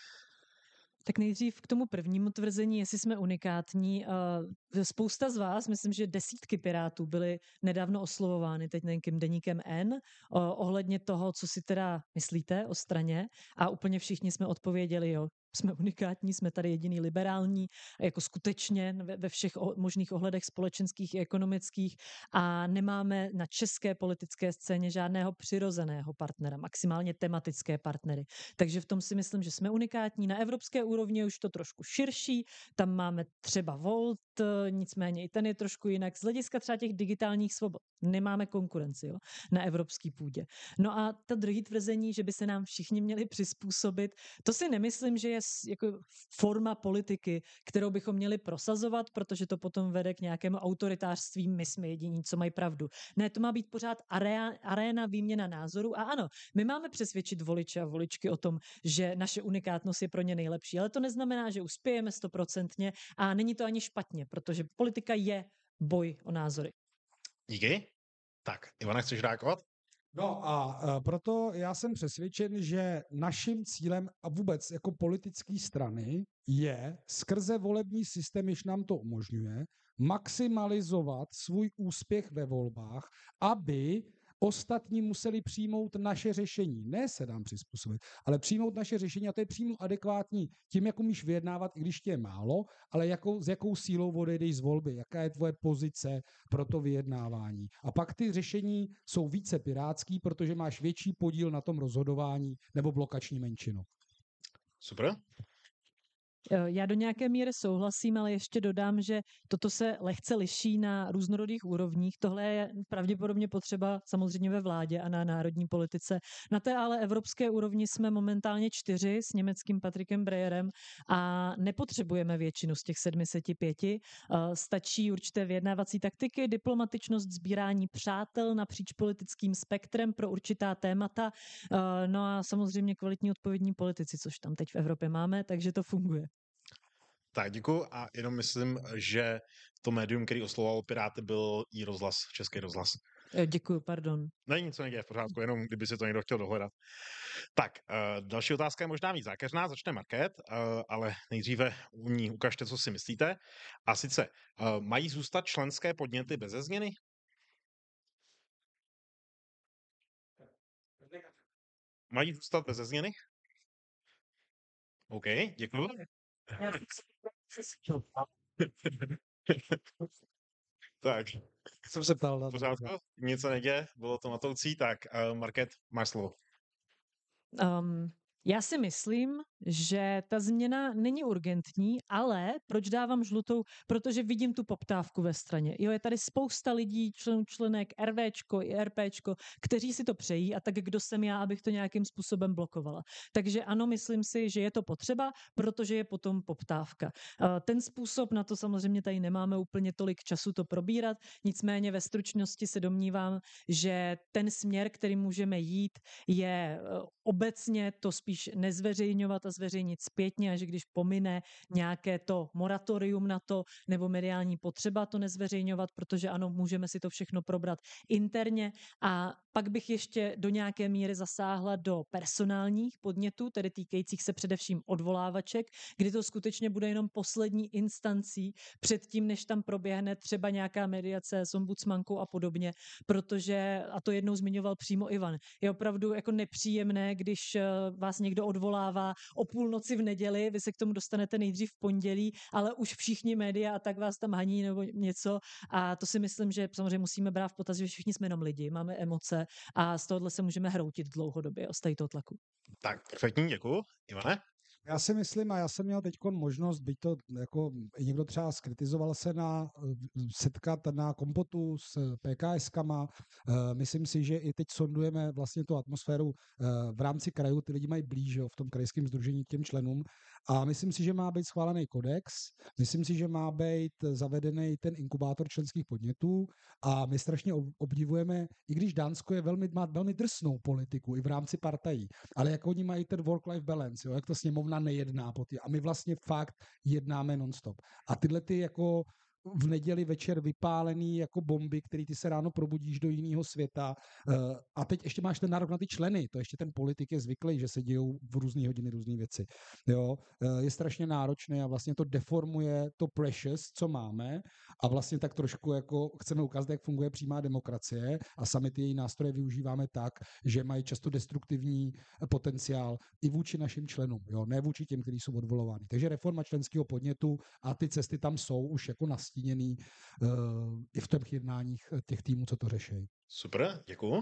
Tak nejdřív k tomu prvnímu tvrzení, jestli jsme unikátní. Spousta z vás, myslím, že desítky Pirátů byly nedávno oslovovány teď někým deníkem N ohledně toho, co si teda myslíte o straně a úplně všichni jsme odpověděli, jo, jsme unikátní, jsme tady jediný liberální, jako skutečně ve všech možných ohledech společenských i ekonomických a nemáme na české politické scéně žádného přirozeného partnera, maximálně tematické partnery. Takže v tom si myslím, že jsme unikátní. Na evropské úrovni už to trošku širší, tam máme třeba Volt, nicméně i ten je trošku jinak. Z hlediska třeba těch digitálních svobod nemáme konkurenci, jo, na evropský půdě. No a to druhé tvrzení, že by se nám všichni měli přizpůsobit, to si nemyslím, že je jako forma politiky, kterou bychom měli prosazovat, protože to potom vede k nějakému autoritářství, my jsme jediní, co mají pravdu. Ne, to má být pořád aréna výměna názorů a ano, my máme přesvědčit voliče a voličky o tom, že naše unikátnost je pro ně nejlepší, ale to neznamená, že uspějeme 100% a není to ani špatně, protože politika je boj o názory. Díky. Tak, Ivane, chceš reagovat? No a proto já jsem přesvědčen, že naším cílem a vůbec jako politické strany je skrze volební systém, jež nám to umožňuje, maximalizovat svůj úspěch ve volbách, aby ostatní museli přijmout naše řešení. Ne se nám přizpůsobit, ale přijmout naše řešení a to je přímo adekvátní tím, jak umíš vyjednávat, i když tě je málo, ale s jakou sílou odejdeš z volby, jaká je tvoje pozice pro to vyjednávání. A pak ty řešení jsou více pirátský, protože máš větší podíl na tom rozhodování nebo blokační menšinu. Super. Já do nějaké míry souhlasím, ale ještě dodám, že toto se lehce liší na různorodých úrovních. Tohle je pravděpodobně potřeba samozřejmě ve vládě a na národní politice. Na té ale evropské úrovni jsme momentálně 4 s německým Patrikem Breyerem a nepotřebujeme většinu z těch 75. Stačí určité vyjednávací taktiky, diplomatičnost, sbírání přátel napříč politickým spektrem pro určitá témata, no a samozřejmě kvalitní odpovědní politici, což tam teď v Evropě máme, takže to funguje. Tak, děkuji a jenom myslím, že to médium, který oslovoval Piráty, byl iRozhlas, Český rozhlas. Děkuji, pardon. Není nic, co neděje v pořádku, jenom kdyby si to někdo chtěl dohledat. Tak, další otázka je možná víc zákeřná, začne Market, ale nejdříve u ní ukažte, co si myslíte. A sice, mají zůstat členské podněty beze změny? Mají zůstat beze změny? OK, děkuji. Tak. Jsem se ptal na pořádku, nic se neděje, bylo to matoucí, tak Market, máš slovo. Já si myslím, že ta změna není urgentní, ale proč dávám žlutou? Protože vidím tu poptávku ve straně. Jo, je tady spousta lidí, členek RVčko i RPčko, kteří si to přejí a tak kdo jsem já, abych to nějakým způsobem blokovala. Takže ano, myslím si, že je to potřeba, protože je potom poptávka. Ten způsob, na to samozřejmě tady nemáme úplně tolik času to probírat, nicméně ve stručnosti se domnívám, že ten směr, který můžeme jít, je obecně to spíš nezveřejňovat a zveřejnit zpětně, a že když pomine nějaké to moratorium na to nebo mediální potřeba to nezveřejňovat, protože ano, můžeme si to všechno probrat interně. A pak bych ještě do nějaké míry zasáhla do personálních podnětů, tedy týkajících se především odvolávaček, kdy to skutečně bude jenom poslední instancí předtím, než tam proběhne třeba nějaká mediace s ombudsmankou a podobně, protože, a to jednou zmiňoval přímo Ivan, je opravdu jako nepříjemné, když vás někdo odvolává o půlnoci v neděli, vy se k tomu dostanete nejdřív v pondělí, ale už všichni média a tak vás tam haní nebo něco, a to si myslím, že samozřejmě musíme brát v potaz, že všichni jsme jenom lidi, máme emoce a z tohohle se můžeme hroutit dlouhodobě o toho tlaku. Tak, perfektní, děkuju. Ivane? Já si myslím, a já jsem měl teď možnost, byť to jako někdo třeba skritizoval se setkat na kompotu s PKS-kama. Myslím si, že i teď sondujeme vlastně tu atmosféru v rámci krajů, ty lidi mají blíž v tom krajském sdružení k těm členům. A myslím si, že má být schválený kodex, myslím si, že má být zavedený ten inkubátor členských podnětů a my strašně obdivujeme, i když Dánsko má velmi drsnou politiku i v rámci partají, ale jak oni mají ten work-life balance, jo, jak to sněmovna nejedná po a my vlastně fakt jednáme non-stop. A tyhle ty jako v neděli večer vypálený jako bomby, který ty se ráno probudíš do jiného světa a teď ještě máš ten nárok na ty členy, to ještě ten politik je zvyklý, že se dějou v různé hodiny různé věci. Jo? Je strašně náročné a vlastně to deformuje to precious, co máme a vlastně tak trošku jako chceme ukázat, jak funguje přímá demokracie a sami ty její nástroje využíváme tak, že mají často destruktivní potenciál i vůči našim členům, jo? Ne vůči těm, kteří jsou odvolováni. Takže reforma členského podnětu a ty cesty tam jsou už jako nastíněný i v těch jednáních těch týmů, co to řeší. Super, děkuju.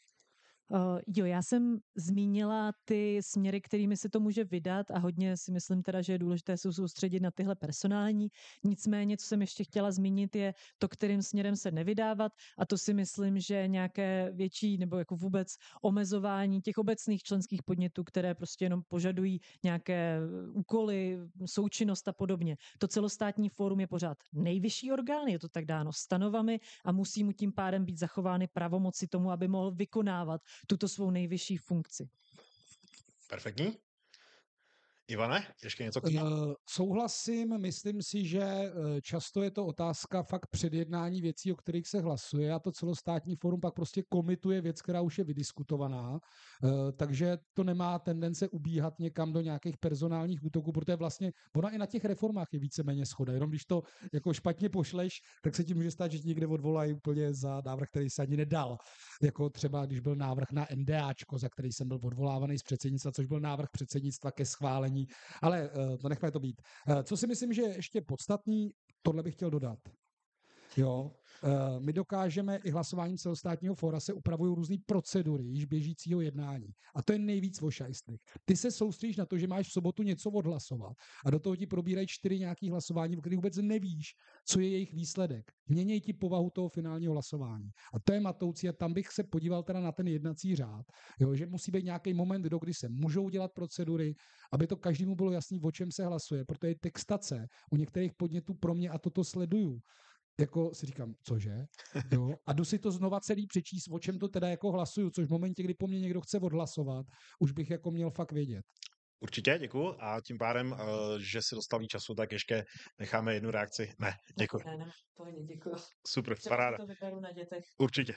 Jo, já jsem zmínila ty směry, kterými se to může vydat a hodně si myslím teda, že je důležité se soustředit na tyhle personální. Nicméně, co jsem ještě chtěla zmínit, je to, kterým směrem se nevydávat, a to si myslím, že nějaké větší nebo jako vůbec omezování těch obecných členských podnětů, které prostě jenom požadují nějaké úkoly, součinnost a podobně. To celostátní fórum je pořád nejvyšší orgán, je to tak dáno stanovami a musí mu tím pádem být zachovány pravomoci tomu, aby mohl vykonávat tuto svou nejvyšší funkci. Perfektní. Ivane, ještě něco k tomu? Souhlasím, myslím si, že často je to otázka fakt předjednání věcí, o kterých se hlasuje a to celostátní fórum pak prostě komituje věc, která už je vydiskutovaná, takže to nemá tendence ubíhat někam do nějakých personálních útoků, protože vlastně ona i na těch reformách je víceméně shoda, jenom když to jako špatně pošleš, tak se ti může stát, že ti někde odvolají úplně za návrh, který se ani nedal. Jako třeba, když byl návrh na NDAčko, za který jsem byl odvolávaný z předsednictva, což byl návrh předsednictva ke schválení. Ale to nechme to být. Co si myslím, že je ještě podstatný, tohle bych chtěl dodat. Jo, my dokážeme i hlasováním celostátního fóra se upravují různé procedury již běžícího jednání. A to je nejvíc ošajstných. Ty se soustředíš na to, že máš v sobotu něco odhlasovat a do toho ti probírají 4 nějaký hlasování, v kterých vůbec nevíš, co je jejich výsledek. Měněj ti povahu toho finálního hlasování. A to je matoucí a tam bych se podíval teda na ten jednací řád, jo, že musí být nějaký moment, kdy se můžou dělat procedury, aby to každému bylo jasný, o čem se hlasuje, protože textace u některých podnětů pro mě a toto sleduju. Jako si říkám, cože? Jo? A jdu si to znova celý přečíst, o čem to teda jako hlasuju, což v momentě, kdy po mně někdo chce odhlasovat, už bych jako měl fakt vědět. Určitě, děkuju. A tím pádem, že si dostal víc času, tak ještě necháme jednu reakci. Ne, děkuji. Ne, pohodě, děkuji. Super, třeba paráda. to vyberu na dětech. Určitě.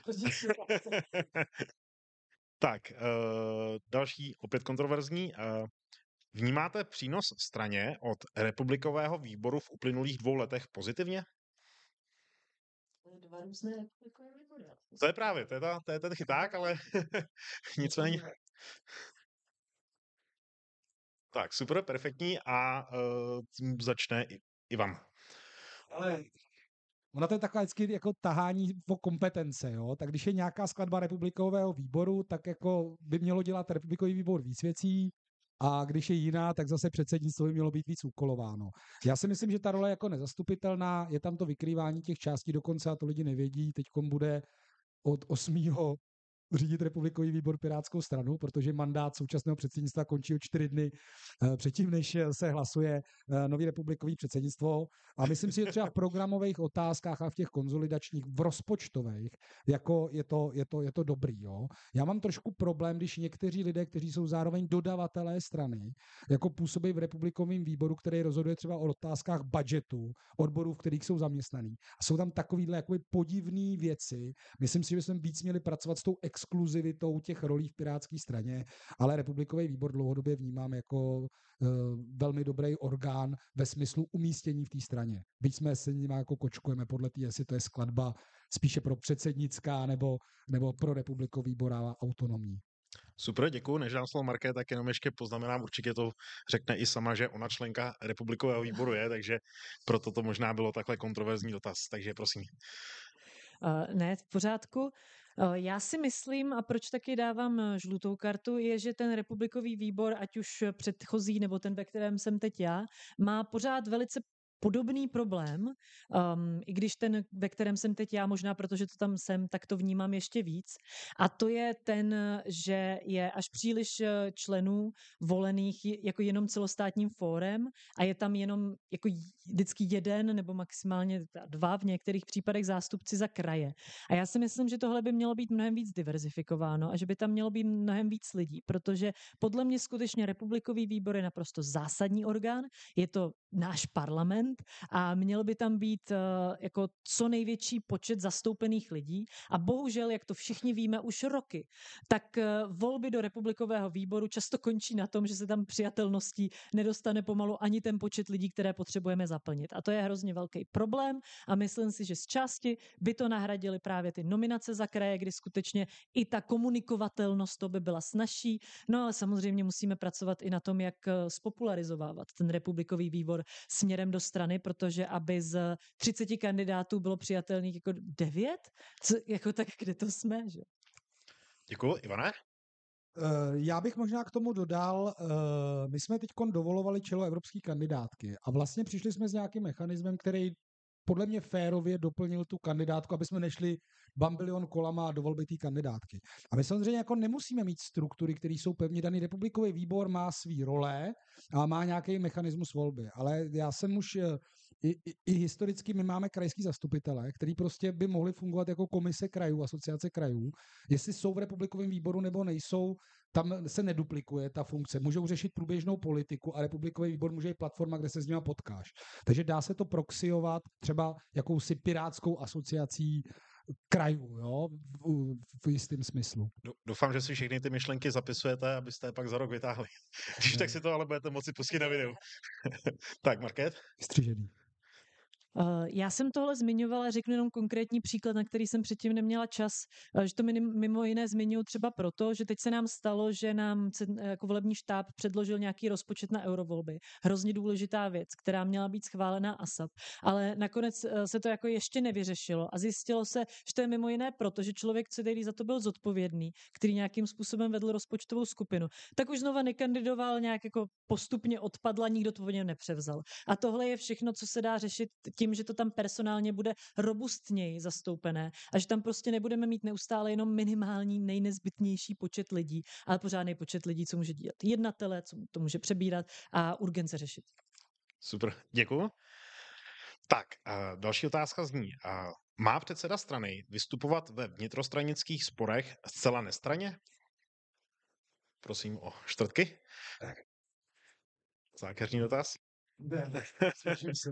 Tak, další, opět kontroverzní. Vnímáte přínos straně od republikového výboru v uplynulých 2 letech pozitivně? Dva různé republikové výbory. To je právě, to je ten chyták, ale nicméně. Tak, super, perfektní a tím začne Ivan. Ale ona to je takové vždycky jako tahání o kompetence, jo? Tak když je nějaká skladba republikového výboru, tak jako by mělo dělat republikový výbor víc věcí. a když je jiná, tak zase předsednictvo by mělo být víc úkolováno. Já si myslím, že ta role je jako nezastupitelná, je tam to vykrývání těch částí dokonce a to lidi nevědí. Teďkom bude od 8. řídit republikový výbor Pirátskou stranu, protože mandát současného předsednictva končí o 4 dny předtím, než se hlasuje nový republikový předsednictvo. A myslím si, že třeba v programových otázkách a v těch konzolidačních, v rozpočtových, jako je to dobrý. Jo? Já mám trošku problém, když někteří lidé, kteří jsou zároveň dodavatelé strany, jako působí v republikovém výboru, který rozhoduje třeba o otázkách budgetu, odborů, v kterých jsou zaměstnaní. A jsou tam takovýhle jakoby podivné věci. Myslím si, že bychom víc měli pracovat s tou exkluzivitou těch rolí v pirátské straně, ale republikový výbor dlouhodobě vnímám jako velmi dobrý orgán ve smyslu umístění v té straně. Byť jsme se nimi jako kočkujeme podle té, jestli to je skladba spíše pro předsednická nebo pro republikový výbor a autonomní. Super, děkuji. Než dám slovo Marké, tak jenom ještě poznamenám, určitě to řekne i sama, že ona členka republikového výboru je, takže proto to možná bylo takhle kontroverzní dotaz. Takže prosím. Ne, v pořádku. Já si myslím, a proč taky dávám žlutou kartu, je, že ten republikový výbor, ať už předchozí nebo ten, ve kterém jsem teď já, má pořád velice podobný problém, i když ten, ve kterém jsem teď já, možná protože to tam jsem, tak to vnímám ještě víc. A to je ten, že je až příliš členů volených jako jenom celostátním fórem a je tam jenom jako vždycky jeden nebo maximálně 2 v některých případech zástupci za kraje. A já si myslím, že tohle by mělo být mnohem víc diverzifikováno a že by tam mělo být mnohem víc lidí, protože podle mě skutečně republikový výbor je naprosto zásadní orgán, je to náš parlament a měl by tam být jako co největší počet zastoupených lidí a bohužel, jak to všichni víme už roky, tak volby do republikového výboru často končí na tom, že se tam přijatelností nedostane pomalu ani ten počet lidí, které potřebujeme zaplnit. A to je hrozně velký problém a myslím si, že z části by to nahradily právě ty nominace za kraje, kdy skutečně i ta komunikovatelnost to by byla snazší. No ale samozřejmě musíme pracovat i na tom, jak spopularizovávat ten republikový výbor směrem do strany, protože aby z 30 kandidátů bylo přijatelných jako 9? Jako tak, kde to jsme, že? Děkuji. Ivane? Já bych možná k tomu dodal, my jsme teď dovolovali čelo evropské kandidátky a vlastně přišli jsme s nějakým mechanismem, který podle mě férově doplnil tu kandidátku, aby jsme nešli bambilion kolama do volby té kandidátky. A my samozřejmě jako nemusíme mít struktury, které jsou pevně daný. Republikový výbor má svý role a má nějaký mechanismus volby. Ale já jsem už i historicky my máme krajský zastupitele, který prostě by mohli fungovat jako komise krajů, asociace krajů. Jestli jsou v republikovém výboru nebo nejsou, tam se neduplikuje ta funkce. Můžou řešit průběžnou politiku a republikový výbor může být platforma, kde se s nimi potkáš. Takže dá se to proxiovat třeba jakousi pirátskou asociací krajů, jo, v jistém smyslu. Doufám, že si všechny ty myšlenky zapisujete, abyste je pak za rok vytáhli. Když tak si to ale budete moci pustit na videu. Tak, Market? Vystřižený. Já jsem tohle zmiňovala, řeknu jenom konkrétní příklad, na který jsem předtím neměla čas, že to mimo jiné zmiňuji třeba proto, že teď se nám stalo, že nám jako volební štáb předložil nějaký rozpočet na eurovolby. Hrozně důležitá věc, která měla být schválená ASAP, ale nakonec se to jako ještě nevyřešilo a zjistilo se, že to je mimo jiné proto, že člověk, který za to byl zodpovědný, který nějakým způsobem vedl rozpočtovou skupinu, tak už znova nekandidoval, nějak jako postupně odpadla, nikdo to po něm nepřevzal. A tohle je všechno, co se dá řešit tím, že to tam personálně bude robustněji zastoupené a že tam prostě nebudeme mít neustále jenom minimální nejnezbytnější počet lidí, ale pořádný počet lidí, co může dělat jednatele, co to může přebírat a urgence řešit. Super, děkuji. Tak, další otázka zní. Má předseda strany vystupovat ve vnitrostranických sporech zcela nestranně? Prosím o čtvrtky. Zákeřný dotaz? Ne, se.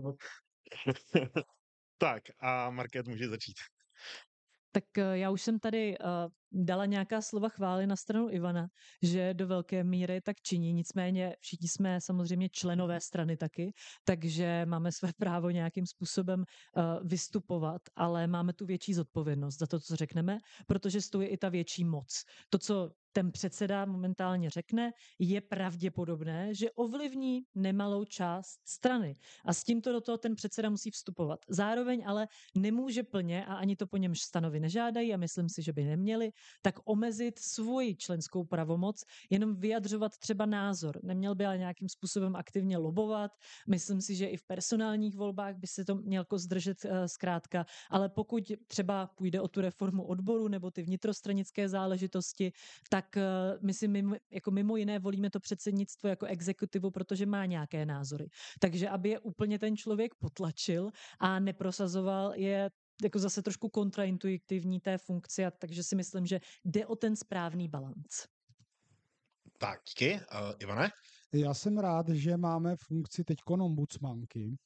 Tak a Market může začít. Tak já už jsem tady dala nějaká slova chvály na stranu Ivana, že do velké míry tak činí, nicméně všichni jsme samozřejmě členové strany taky, takže máme své právo nějakým způsobem vystupovat, ale máme tu větší zodpovědnost za to, co řekneme, protože stojí i ta větší moc. To, co ten předseda momentálně řekne, je pravděpodobné, že ovlivní nemalou část strany. A s tímto do toho ten předseda musí vstupovat. Zároveň ale nemůže plně, a ani to po něm stanovy nežádají, a myslím si, že by neměli, tak omezit svoji členskou pravomoc, jenom vyjadřovat třeba názor. Neměl by ale nějakým způsobem aktivně lobovat. Myslím si, že i v personálních volbách by se to měl jako zdržet zkrátka, ale pokud třeba půjde o tu reformu odboru nebo ty vnitrostranické záležitosti, tak my si jako mimo jiné volíme to předsednictvo jako exekutivu, protože má nějaké názory. Takže aby je úplně ten člověk potlačil a neprosazoval, je jako zase trošku kontraintuitivní té funkci, takže si myslím, že jde o ten správný balanc. Tak, díky. Ivane? Já jsem rád, že máme funkci teďkon ombudsmanky,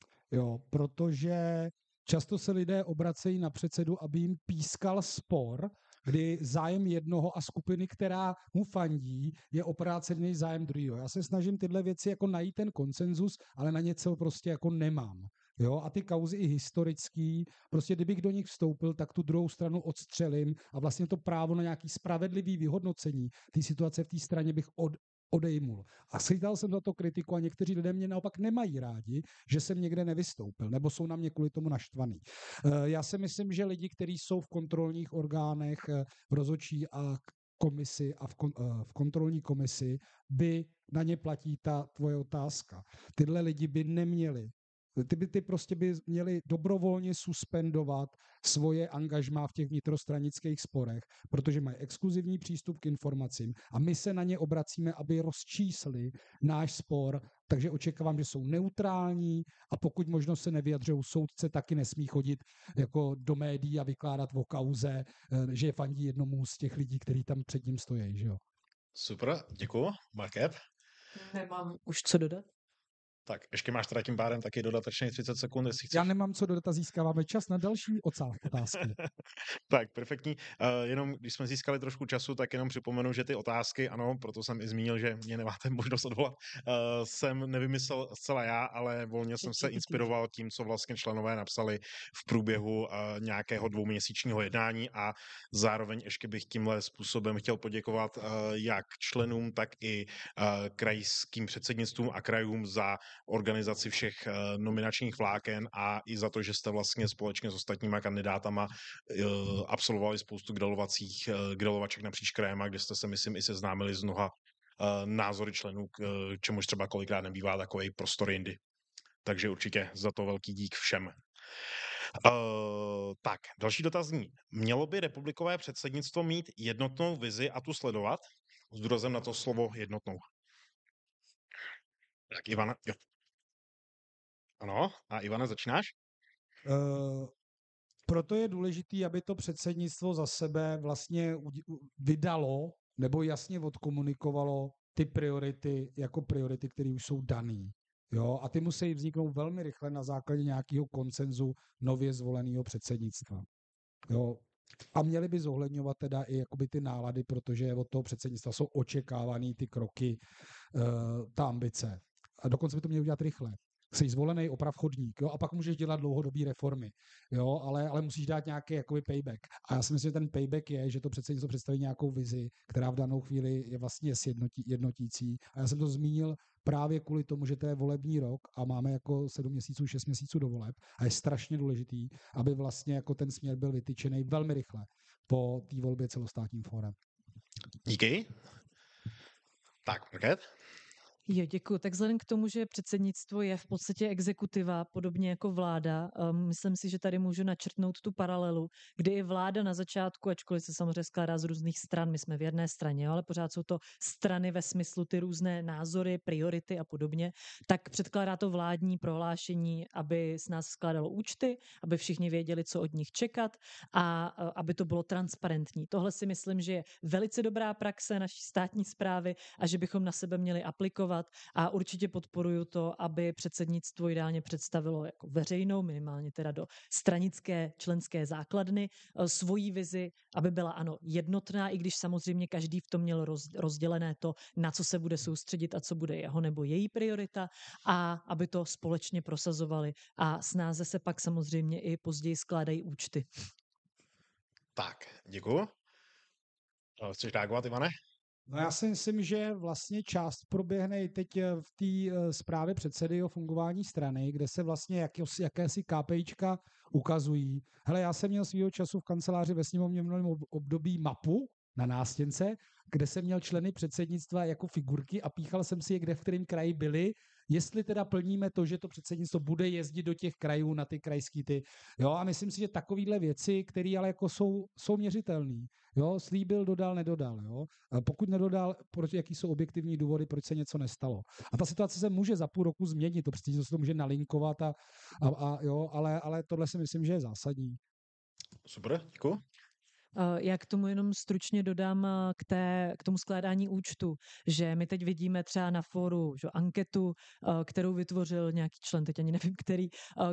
jo, protože často se lidé obracejí na předsedu, aby jim pískal spor, kdy zájem jednoho a skupiny, která mu fandí, je oprácený zájem druhého. Já se snažím tyhle věci jako najít ten konsenzus, ale na něco prostě jako nemám. Jo, a ty kauzy i historický, prostě kdybych do nich vstoupil, tak tu druhou stranu odstřelím a vlastně to právo na nějaký spravedlivý vyhodnocení té situace v té straně bych odejmul. A schytal jsem za to kritiku a někteří lidé mě naopak nemají rádi, že jsem někde nevystoupil, nebo jsou na mě kvůli tomu naštvaný. Já si myslím, že lidi, kteří jsou v kontrolních orgánech, v rozhodčí a komisi a v kontrolní komisi, by na ně platí ta tvoje otázka. Tyhle lidi by neměli ty prostě by měli dobrovolně suspendovat svoje angažmá v těch vnitrostranických sporech, protože mají exkluzivní přístup k informacím a my se na ně obracíme, aby rozčísli náš spor, takže očekávám, že jsou neutrální a pokud možno se nevyjadřují, soudce taky nesmí chodit jako do médií a vykládat o kauze, že fandí jednomu z těch lidí, kteří tam před ním stojí. Že jo? Super, děkuju. Markév? Nemám už co dodat. Tak, ještě máš teda tím pádem taky dodatečně 30 sekund, jestli chceš. Já nemám co dodat a získáváme čas na další otázky. Tak, perfektní. Jenom když jsme získali trošku času, tak jenom připomenu, že ty otázky, ano, proto jsem i zmínil, že mě nemáte možnost odvolat, jsem nevymyslel zcela já, ale volně jsem se inspiroval tím, co vlastně členové napsali v průběhu nějakého 2měsíčního jednání a zároveň ještě bych tímhle způsobem chtěl poděkovat jak členům, tak i krajským předsednictvům a krajům za organizaci všech nominačních vláken a i za to, že jste vlastně společně s ostatníma kandidátama absolvovali spoustu grilovaček napříč krajema, kde jste se, myslím, i seznámili s mnoha názory členů, čemuž třeba kolikrát nebývá takový prostor jindy. Takže určitě za to velký dík všem. Tak, další dotaz zní. Mělo by republikové předsednictvo mít jednotnou vizi a tu sledovat? S důrazem na to slovo jednotnou. Tak Ivana, jo. Ano, a Ivana, začínáš? Proto je důležité, aby to předsednictvo za sebe vlastně vydalo nebo jasně odkomunikovalo ty priority jako priority, které už jsou dané. Jo? A ty musí vzniknout velmi rychle na základě nějakého konsenzu nově zvoleného předsednictva. Jo? A měli by zohledňovat teda i jakoby ty nálady, protože od toho předsednictva jsou očekávané ty kroky, ta ambice. A dokonce by to měli udělat rychle. Jsi zvolený, oprav chodník, jo, a pak můžeš dělat dlouhodobý reformy, jo, ale musíš dát nějaký jakoby payback. A já si myslím, že ten payback je, že to předsednictvo představí nějakou vizi, která v danou chvíli je vlastně jednotící. A já jsem to zmínil právě kvůli tomu, že to je volební rok a máme jako 7 měsíců, 6 měsíců do voleb a je strašně důležitý, aby vlastně jako ten směr byl vytyčený velmi rychle po té volbě celostátním fórem. Díky. Tak, Markéta? Jo, děkuji. Tak vzhledem k tomu, že předsednictvo je v podstatě exekutiva, podobně jako vláda, myslím si, že tady můžu načrtnout tu paralelu, kdy i vláda na začátku, ačkoliv se samozřejmě skládá z různých stran, my jsme v jedné straně, jo, ale pořád jsou to strany ve smyslu ty různé názory, priority a podobně, tak předkládá to vládní prohlášení, aby s nás skládalo účty, aby všichni věděli, co od nich čekat a aby to bylo transparentní. Tohle si myslím, že je velice dobrá praxe naší státní správy a že bychom na sebe měli aplikovat. A určitě podporuju to, aby předsednictvo ideálně představilo jako veřejnou, minimálně teda do stranické členské základny, svoji vizi, aby byla ano jednotná, i když samozřejmě každý v tom měl rozdělené to, na co se bude soustředit a co bude jeho nebo její priorita a aby to společně prosazovali a snáze se pak samozřejmě i později skládají účty. Tak, děkuju. Chceš reagovat, Ivane? No já si myslím, že vlastně část proběhne i teď v té zprávě předsedy o fungování strany, kde se vlastně jakési KPIčka ukazují. Hele, já jsem měl svýho času v kanceláři ve sněmovně v minulém období mapu na nástěnce, kde jsem měl členy předsednictva jako figurky a píchal jsem si je, kde v kterém kraji byli, jestli teda plníme to, že to předsednictvo bude jezdit do těch krajů na ty krajský ty. Jo, a myslím si, že takovýhle věci, které ale jako jsou měřitelné. Jo, slíbil, dodal, nedodal. Jo. A pokud nedodal, jaký jsou objektivní důvody, proč se něco nestalo. A ta situace se může za půl roku změnit, to prostě se to může nalinkovat, jo, ale tohle si myslím, že je zásadní. Super, děkuji. Já k tomu jenom stručně dodám k tomu skládání účtu, že my teď vidíme třeba na fóru že, anketu, kterou vytvořil nějaký člen, teď ani nevím který,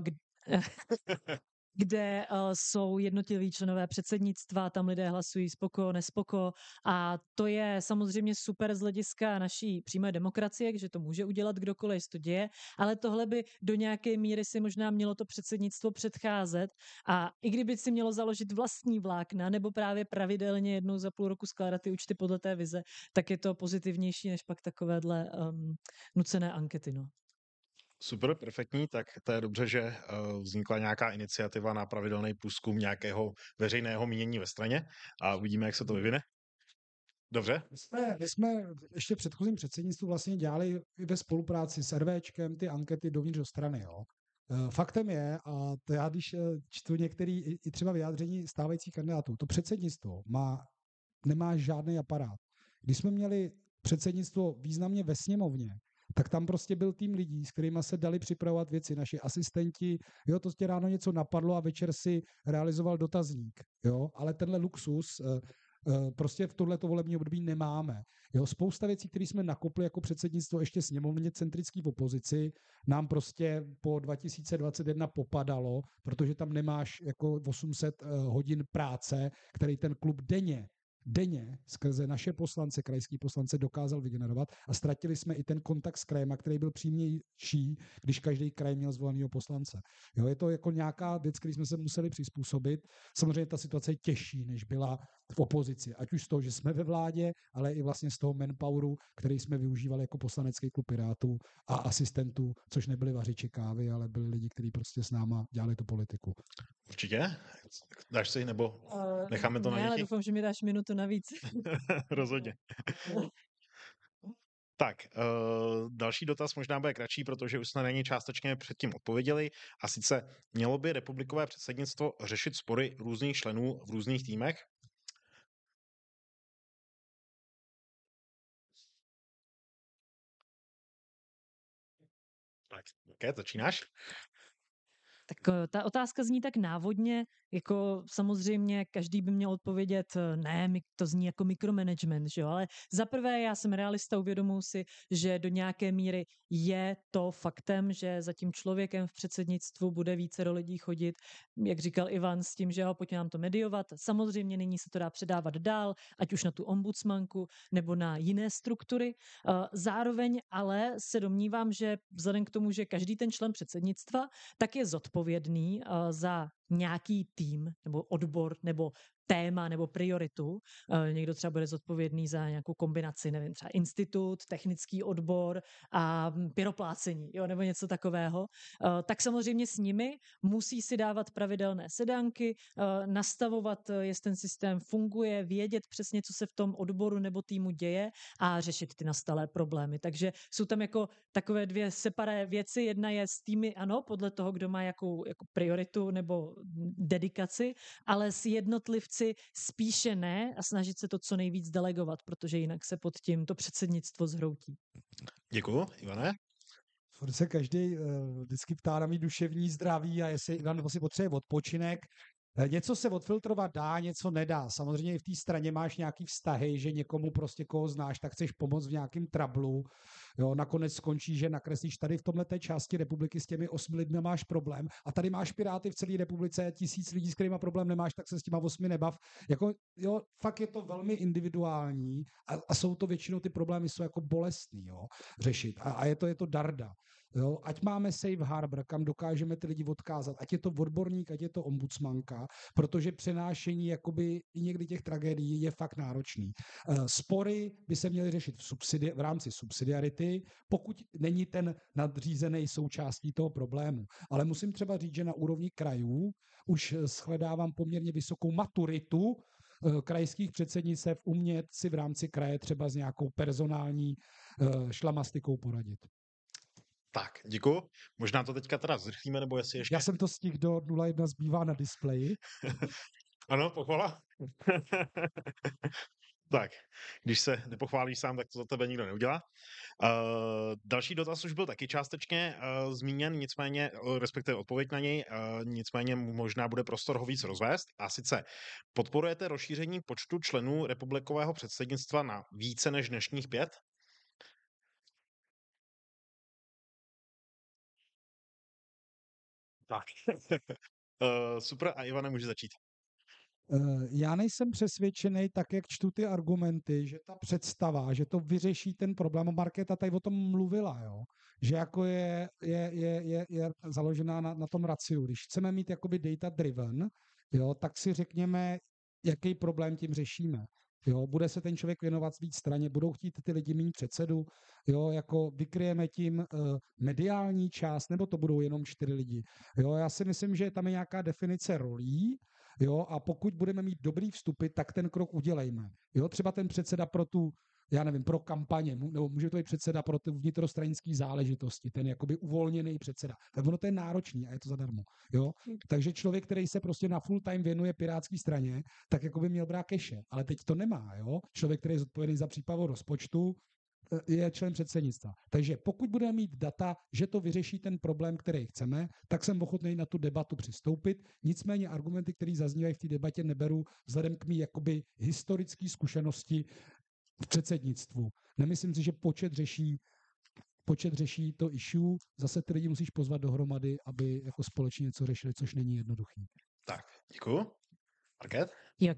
kde jsou jednotliví členové předsednictva, tam lidé hlasují spoko, nespoko a to je samozřejmě super z hlediska naší přímé demokracie, že to může udělat kdokoliv, to děje, ale tohle by do nějaké míry si možná mělo to předsednictvo předcházet a i kdyby si mělo založit vlastní vlákna nebo právě pravidelně jednou za půl roku skládat ty účty podle té vize, tak je to pozitivnější než pak takovéhle nucené ankety. No. Super, perfektní, tak to je dobře, že vznikla nějaká iniciativa na pravidelný průzkum nějakého veřejného mínění ve straně a uvidíme, jak se to vyvine. Dobře. My jsme ještě v předchozím předsednictvu vlastně dělali ve spolupráci s RVčkem ty ankety dovnitř do strany. Jo. Faktem je, a to já když čtu některé i třeba vyjádření stávajících kandidátů, to předsednictvo nemá žádný aparát. Když jsme měli předsednictvo významně ve sněmovně, tak tam prostě byl tým lidí, s kterými se dali připravovat věci, naši asistenti, jo, to tě ráno něco napadlo a večer si realizoval dotazník, jo, ale tenhle luxus prostě v tohleto volební období nemáme. Jo, spousta věcí, které jsme nakopli jako předsednictvo ještě sněmovně centrický v opozici, nám prostě po 2021 popadalo, protože tam nemáš jako 800 hodin práce, který ten klub denně skrze naše poslance, krajský poslance dokázal vygenerovat a ztratili jsme i ten kontakt s krajem, který byl přímější, když každý kraj měl zvoleného poslance. Jo, je to jako nějaká věc, který jsme se museli přizpůsobit. Samozřejmě ta situace je těžší, než byla v opozici. Ať už z toho, že jsme ve vládě, ale i vlastně z toho manpoweru, který jsme využívali jako poslanecký klub Pirátů a asistentů, což nebyli vařiči kávy, ale byli lidi, kteří prostě s náma dělali tu politiku. Určitě. Dáš si, nebo necháme to na děti? děti? Já doufám, že mi dáš minutu navíc. Rozhodně. Tak, další dotaz možná bude kratší, protože už jsme na něj částečně předtím odpověděli. A sice, mělo by republikové předsednictvo řešit spory různých členů v různých týmech? Tak, okay, začínáš? Tak ta otázka zní tak návodně, jako samozřejmě každý by měl odpovědět, ne, to zní jako mikromanagement, že jo, ale za prvé já jsem realista, uvědomuji si, že do nějaké míry je to faktem, že za tím člověkem v předsednictvu bude více do lidí chodit, jak říkal Ivan, s tím, že ho pojďme nám to mediovat. Samozřejmě nyní se to dá předávat dál, ať už na tu ombudsmanku nebo na jiné struktury. Zároveň ale se domnívám, že vzhledem k tomu, že každý ten člen předsednictva, tak je zodpovědný za nějaký tým nebo odbor nebo téma nebo prioritu. Někdo třeba bude zodpovědný za nějakou kombinaci, nevím, třeba institut, technický odbor a pyroplácení, jo, nebo něco takového. Tak samozřejmě s nimi musí si dávat pravidelné sedanky, nastavovat, jestli ten systém funguje, vědět přesně, co se v tom odboru nebo týmu děje a řešit ty nastalé problémy. Takže jsou tam jako takové dvě separé věci. Jedna je s týmy, ano, podle toho, kdo má jakou jako prioritu nebo dedikaci, ale s jednotlivci spíše ne a snažit se to co nejvíc delegovat, protože jinak se pod tím to předsednictvo zhroutí. Děkuju, Ivane. Furt se každý vždycky ptá na mý duševní zdraví a jestli Ivan si potřebuje odpočinek. Něco se odfiltrovat dá, něco nedá. Samozřejmě i v té straně máš nějaký vztahy, že někomu prostě koho znáš, tak chceš pomoct v nějakém trablu. Jo, nakonec skončí, že nakreslíš tady v tomhleté části republiky s těmi 8 lidmi máš problém a tady máš Piráty v celé republice, 1000 lidí, s kterýma problém nemáš, tak se s těma 8 nebav. Jako, jo, fakt je to velmi individuální a jsou to většinou ty problémy jsou jako bolestný, jo, řešit. A je to darda. Jo? Ať máme safe harbor, kam dokážeme ty lidi odkázat, ať je to odborník, ať je to ombudsmanka, protože přenášení jakoby i někdy těch tragédií je fakt náročný. Spory by se měly řešit v rámci subsidiarity, pokud není ten nadřízený součástí toho problému. Ale musím třeba říct, že na úrovni krajů už shledávám poměrně vysokou maturitu krajských předsednictev umět si v rámci kraje třeba s nějakou personální šlamastikou poradit. Tak, děkuju. Možná to teďka teda zrychlíme, nebo jestli ještě... Já jsem to stihl do 0,1 zbývá na displeji. Ano, pochvala. Tak, když se nepochválíš sám, tak to za tebe nikdo neudělá. Další dotaz už byl taky částečně zmíněn, nicméně, respektive odpověď na něj, nicméně možná bude prostor ho víc rozvést. A sice, podporujete rozšíření počtu členů republikového předsednictva na více než dnešních 5? Tak. Super, a Ivane, může začít. Já nejsem přesvědčený, tak jak čtu ty argumenty, že ta představa, že to vyřeší ten problém, Markéta tady o tom mluvila, jo? Že jako je založená na tom raciu. Když chceme mít jakoby data driven, jo, tak si řekněme, jaký problém tím řešíme. Jo, bude se ten člověk věnovat víc straně, budou chtít ty lidi mít předsedu, jo, jako vykryjeme tím mediální část, nebo to budou jenom 4 lidi. Jo, já si myslím, že tam je nějaká definice rolí, jo, a pokud budeme mít dobrý vstupy, tak ten krok udělejme. Jo, třeba ten předseda pro tu, já nevím, pro kampaně, nebo může to být předseda pro ty vnitrostranické záležitosti, ten jakoby uvolněný předseda. Tak ono to je náročný a je to zadarmo. Jo? Takže člověk, který se prostě na full time věnuje pirátské straně, tak jakoby měl brát keše, ale teď to nemá. Jo? Člověk, který je zodpovědný za přípravu rozpočtu, je člen předsednictva. Takže pokud budeme mít data, že to vyřeší ten problém, který chceme, tak jsem ochotný na tu debatu přistoupit. Nicméně argumenty, které zaznívají v té debatě, neberu vzhledem k mý jakoby historické zkušenosti v předsednictvu. Nemyslím si, že počet řeší to issue. Zase ty lidi musíš pozvat dohromady, aby jako společně něco řešili, což není jednoduchý. Tak, děkuju. Market? Jak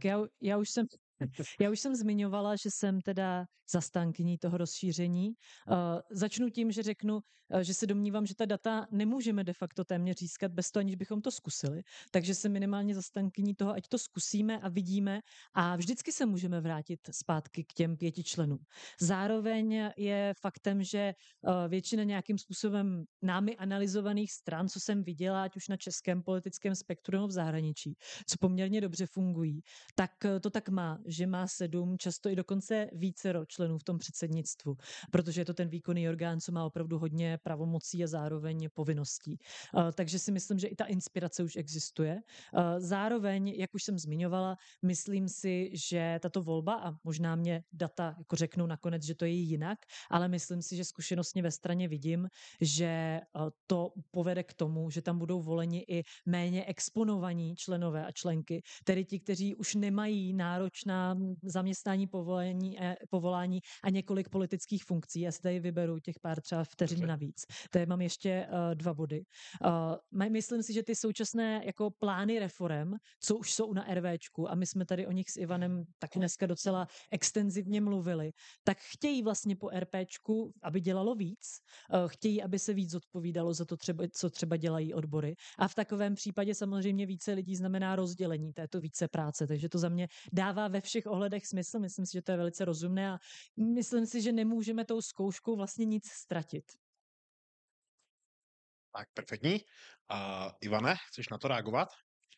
já už jsem zmiňovala, že jsem teda zastánkyní toho rozšíření. Začnu tím, že řeknu, že se domnívám, že ta data nemůžeme de facto téměř získat bez toho, aniž bychom to zkusili. Takže jsem minimálně zastánkyní toho, ať to zkusíme a vidíme a vždycky se můžeme vrátit zpátky k těm 5 členům. Zároveň je faktem, že většina nějakým způsobem námi analyzovaných stran, co jsem viděla, ať už na českém politickém spektru nebo v zahraničí, co poměrně dobře fungují, tak to tak má, že má 7, často i dokonce vícero členů v tom předsednictvu, protože je to ten výkonný orgán, co má opravdu hodně pravomocí a zároveň povinností. Takže si myslím, že i ta inspirace už existuje. Zároveň, jak už jsem zmiňovala, myslím si, že tato volba, a možná mě data jako řeknou nakonec, že to je jinak, ale myslím si, že zkušenostně ve straně vidím, že to povede k tomu, že tam budou voleni i méně exponovaní členové a členky, tedy ti, kteří už nemají náročná zaměstnání, povolání a několik politických funkcí. Já si tady vyberu těch pár třeba vteřin navíc. Tady mám ještě 2 body. Myslím si, že ty současné jako plány reforem, co už jsou na RVčku, a my jsme tady o nich s Ivanem taky dneska docela extenzivně mluvili, tak chtějí vlastně po RPčku, aby dělalo víc, chtějí, aby se víc odpovídalo za to, co třeba dělají odbory. A v takovém případě samozřejmě více lidí znamená rozdělení této více práce. Takže to za mě dává ve všech ohledech smysl. Myslím si, že to je velice rozumné a myslím si, že nemůžeme tou zkouškou vlastně nic ztratit. Tak, perfektní. Ivane, chceš na to reagovat?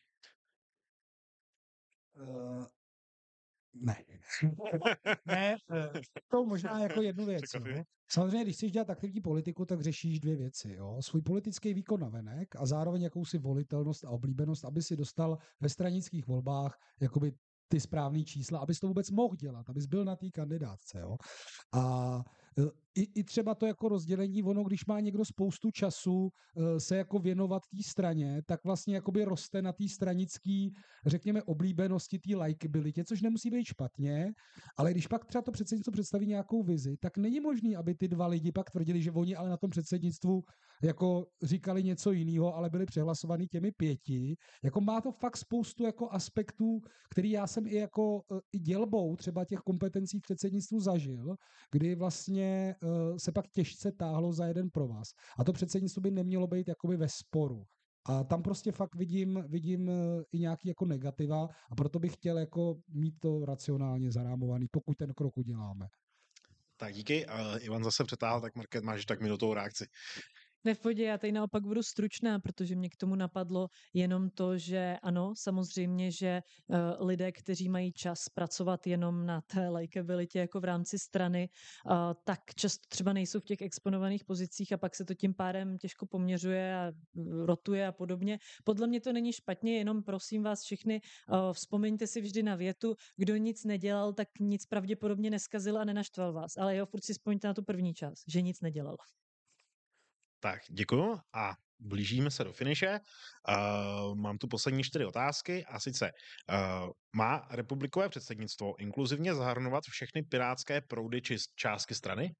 Ne. Ne, to možná jako jednu věc. Jo. Samozřejmě, když chceš dělat aktivní politiku, tak řešíš 2 věci. Jo. Svůj politický výkon navenek a zároveň jakousi volitelnost a oblíbenost, aby si dostal ve stranických volbách jakoby ty správné čísla, abys to vůbec mohl dělat, abys byl na té kandidátce. Jo. A i třeba to jako rozdělení, ono, když má někdo spoustu času se jako věnovat té straně, tak vlastně jakoby roste na té stranický, řekněme, oblíbenosti, té likeabilitě, což nemusí být špatně, ale když pak třeba to předsednictvo představí nějakou vizi, tak není možný, aby ty 2 lidi pak tvrdili, že oni ale na tom předsednictvu jako říkali něco jiného, ale byli přehlasovaní těmi 5. Jako má to fakt spoustu jako aspektů, který já jsem i jako i dělbou třeba těch kompetencí v předsednictvu zažil, kdy vlastně se pak těžce táhlo za jeden provaz. A to předsednictví by nemělo být jakoby ve sporu. A tam prostě fakt vidím i nějaký jako negativa a proto bych chtěl jako mít to racionálně zarámovaný, pokud ten krok uděláme. Tak díky. Ivan zase přetáhl, tak Market, máš tak minutovou reakci. Ne, v pohodě, já tady naopak budu stručná, protože mě k tomu napadlo jenom to, že ano, samozřejmě, že lidé, kteří mají čas pracovat jenom na té likeabilitě jako v rámci strany, tak často třeba nejsou v těch exponovaných pozicích a pak se to tím pádem těžko poměřuje a rotuje a podobně. Podle mě to není špatně, jenom prosím vás všechny, vzpomeňte si vždy na větu, kdo nic nedělal, tak nic pravděpodobně neskazil a nenaštval vás. Ale jo, furt si vzpomeňte na tu první část, že nic nedělal. Tak, děkuju a blížíme se do finiše. Mám tu poslední 4 otázky a sice má republikové předsednictvo inkluzivně zahrnovat všechny pirátské proudy či částky strany?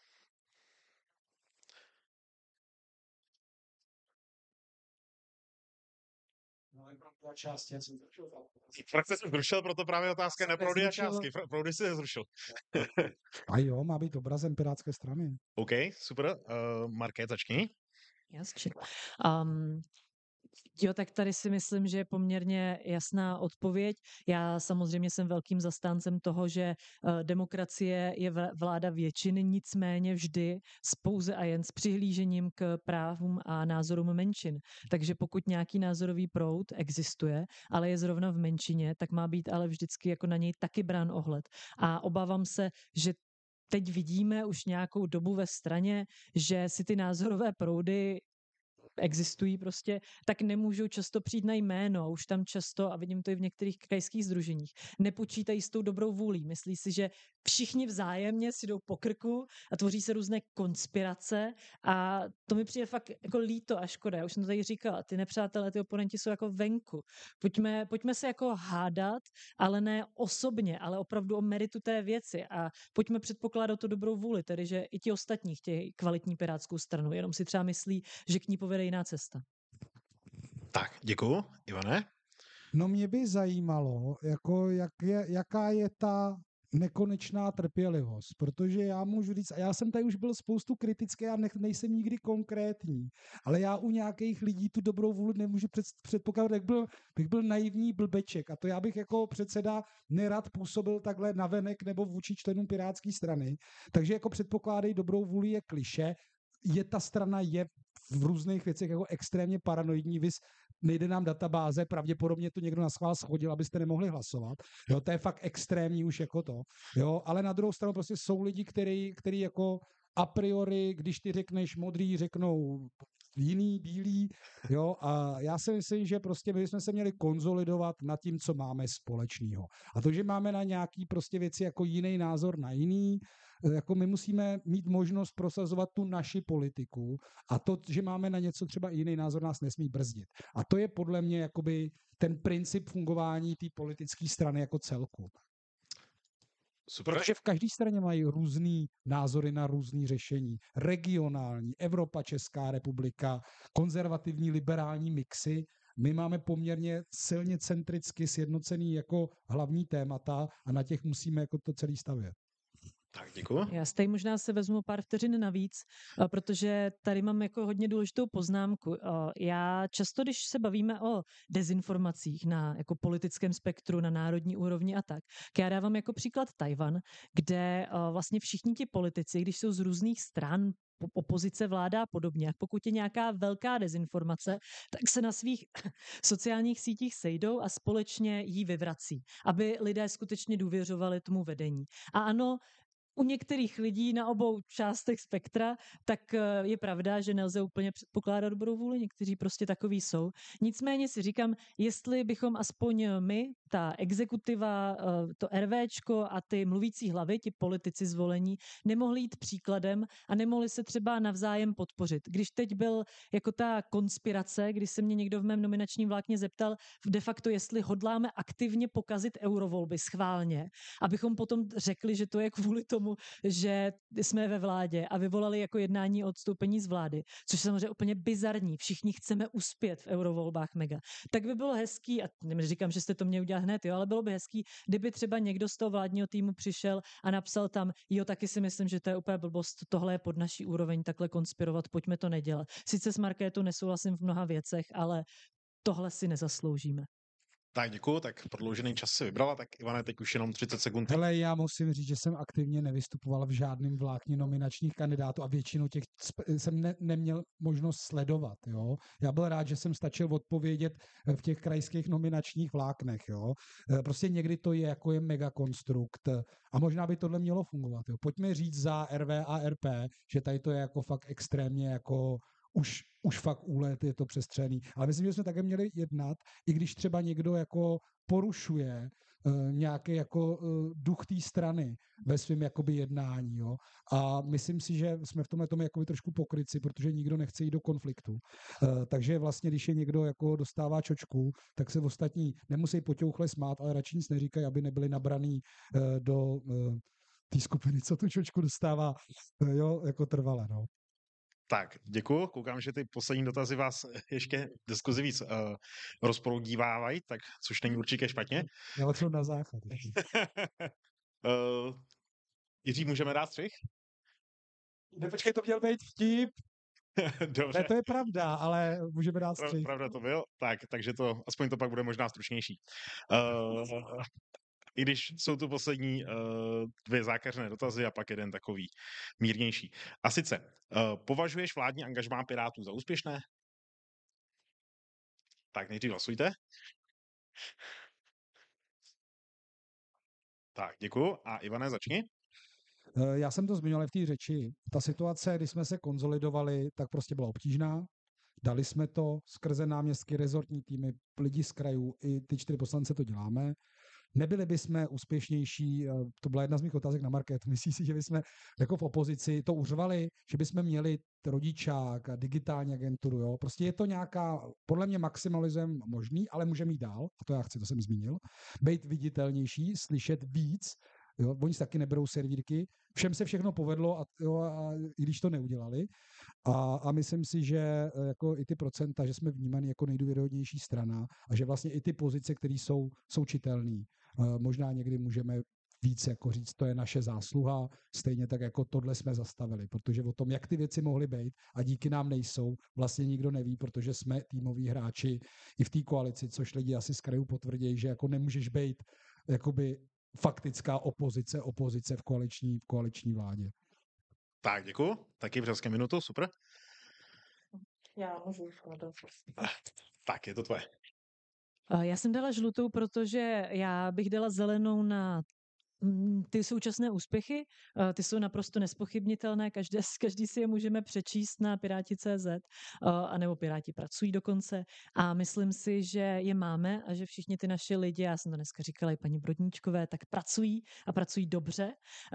Frakce jsem zrušil, proto právě otázka je na proudy a částky. Proudy si nezrušil. A jo, má být obrazem pirátské strany. OK, super. Marké, začni. Jasně. Jo, tak tady si myslím, že je poměrně jasná odpověď. Já samozřejmě jsem velkým zastáncem toho, že demokracie je vláda většiny, nicméně vždy pouze a jen s přihlížením k právům a názorům menšin. Takže pokud nějaký názorový proud existuje, ale je zrovna v menšině, tak má být ale vždycky jako na něj taky brán ohled. A obávám se, že teď vidíme už nějakou dobu ve straně, že si ty názorové proudy existují prostě, tak nemůžou často přijít na jméno a už tam často, a vidím to i v některých krajských sdruženích, nepočítají s tou dobrou vůlí. Myslí si, že všichni vzájemně si jdou po krku a tvoří se různé konspirace a to mi přijde fakt jako líto a škoda. Já už jsem to tady říkala, ty nepřátelé, ty oponenti jsou jako venku. Pojďme se jako hádat, ale ne osobně, ale opravdu o meritu té věci a pojďme předpokládat tu dobrou vůli, tedy že i ti ostatní chtějí kvalitní pirátskou stranu, jenom si třeba myslí, že k ní povede jiná cesta. Tak, děkuju. Ivane? No mě by zajímalo, jako jaká je ta nekonečná trpělivost, protože já můžu říct, a já jsem tady už byl spoustu kritický a nejsem nikdy konkrétní, ale já u nějakých lidí tu dobrou vůli nemůžu předpokládat, bych byl naivní blbeček a to já bych jako předseda nerad působil takhle navenek nebo vůči členům pirátské strany, takže jako předpokládají dobrou vůli je kliše, ta strana je v různých věcech jako extrémně paranoidní, nejde nám databáze, pravděpodobně to někdo na schvál shodil, abyste nemohli hlasovat. Jo, to je fakt extrémní už jako to. Jo, ale na druhou stranu prostě jsou lidi, kteří jako a priori, když ty řekneš modrý, řeknou jiný, bílý, jo, a já si myslím, že prostě my jsme se měli konzolidovat nad tím, co máme společného. A to, že máme na nějaký prostě věci jako jiný názor na jiný, jako my musíme mít možnost prosazovat tu naši politiku a to, že máme na něco třeba jiný názor, nás nesmí brzdit. A to je podle mě jakoby ten princip fungování té politické strany jako celku. Super. Protože v každé straně mají různý názory na různý řešení. Regionální, Evropa, Česká republika, konzervativní, liberální mixy. My máme poměrně silně centricky sjednocený jako hlavní témata a na těch musíme jako to celý stavět. Tak, děkuji. Já tady možná se vezmu pár vteřin navíc, protože tady mám jako hodně důležitou poznámku. Já často, když se bavíme o dezinformacích na jako politickém spektru, na národní úrovni a tak já dávám jako příklad Tajvan, kde vlastně všichni ti politici, když jsou z různých stran, opozice, vláda a podobně. Pokud je nějaká velká dezinformace, tak se na svých sociálních sítích sejdou a společně ji vyvrací, aby lidé skutečně důvěřovali tomu vedení. A ano, u některých lidí na obou částech spektra, tak je pravda, že nelze úplně předpokládat dobrou vůli, někteří prostě takový jsou. Nicméně si říkám, jestli bychom aspoň my, ta exekutiva, to RVčko a ty mluvící hlavy, ti politici zvolení, nemohli jít příkladem a nemohli se třeba navzájem podpořit. Když teď byl jako ta konspirace, když se mě někdo v mém nominačním vlákně zeptal de facto, jestli hodláme aktivně pokazit eurovolby schválně, abychom potom řekli, že to je kvůli tomu, že jsme ve vládě a vyvolali jako jednání o odstoupení z vlády, což samozřejmě úplně bizarní. Všichni chceme uspět v eurovolbách mega. Tak by bylo hezký, a neříkám, že jste to měli udělat hned, jo, ale bylo by hezký, kdyby třeba někdo z toho vládního týmu přišel a napsal tam, jo, taky si myslím, že to je úplně blbost, tohle je pod naší úroveň, takhle konspirovat, pojďme to nedělat. Sice s Markétou nesouhlasím v mnoha věcech, ale tohle si nezasloužíme. Tak děkuju, tak prodloužený čas si vybrala, tak Ivane, teď už jenom 30 sekund. Hele, já musím říct, že jsem aktivně nevystupoval v žádném vlákně nominačních kandidátů a většinu těch jsem neměl možnost sledovat, jo. Já byl rád, že jsem stačil odpovědět v těch krajských nominačních vláknech, jo. Prostě někdy to je jako je megakonstrukt a možná by tohle mělo fungovat, jo. Pojďme říct za RV a RP, že tady to je jako fakt extrémně jako už fakt úlet, je to přestřený. Ale myslím, že jsme také měli jednat, i když třeba někdo jako porušuje nějaký jako duch té strany ve svém jakoby jednání. Jo? A myslím si, že jsme v tomhle tomu jakoby trošku pokryci, protože nikdo nechce jít do konfliktu. Takže vlastně, když je někdo jako dostává čočku, tak se ostatní nemusí poťouchle smát, ale radši nic neříkají, aby nebyli nabraný do té skupiny, co tu čočku dostává, jo, jako trvale. No. Tak, děkuju. Koukám, že ty poslední dotazy vás ještě v diskuzi víc rozproudívávají, tak což není určitě špatně. Já letřím na záchod. Jiří, můžeme dát střih? Nepočkej, to měl být vtip. Dobře. Ne, to je pravda, ale můžeme dát střih. Pravda to byl, takže to, aspoň to pak bude možná stručnější. I když jsou tu poslední dvě zákeřné dotazy a pak jeden takový mírnější. A sice, považuješ vládní angažmá Pirátů za úspěšné? Tak nejdřív hlasujte. Tak, děkuju. A Ivane, začni. Já jsem to zmiňoval v té řeči. Ta situace, kdy jsme se konzolidovali, tak prostě byla obtížná. Dali jsme to skrze náměstky, rezortní týmy, lidi z krajů, i ty 4 poslance to děláme. Nebyli bychom úspěšnější, to byla jedna z mých otázek na Markétu. Myslíš si, že bychom jako v opozici to uřvali, že bychom měli rodičák a digitální agenturu, jo? Prostě je to nějaká, podle mě maximalizujeme možný, ale můžeme jít dál, a to já chci, to jsem zmínil, být viditelnější, slyšet víc, jo? Oni si taky neberou servírky, všem se všechno povedlo a i když to neudělali. A myslím si, že jako i ty procenta, že jsme vnímaní jako nejdůvěryhodnější strana a že vlastně i ty pozice, které jsou čitelné. Možná někdy můžeme víc jako říct, to je naše zásluha, stejně tak jako tohle jsme zastavili, protože o tom, jak ty věci mohly být a díky nám nejsou, vlastně nikdo neví, protože jsme týmoví hráči i v té koalici, což lidi asi z krajů potvrdí, že jako nemůžeš být jakoby faktická opozice v koaliční vládě. Tak, děkuju. Taky přesně minutu, super. Já můžu skládat. Tak, je to tvoje. Já jsem dala žlutou, protože já bych dala zelenou na ty současné úspěchy, ty jsou naprosto nespochybnitelné, každý si je můžeme přečíst na Piráti.cz, anebo Piráti pracují dokonce a myslím si, že je máme a že všichni ty naši lidi, já jsem to dneska říkala i paní Brodníčkové, tak pracují a pracují dobře.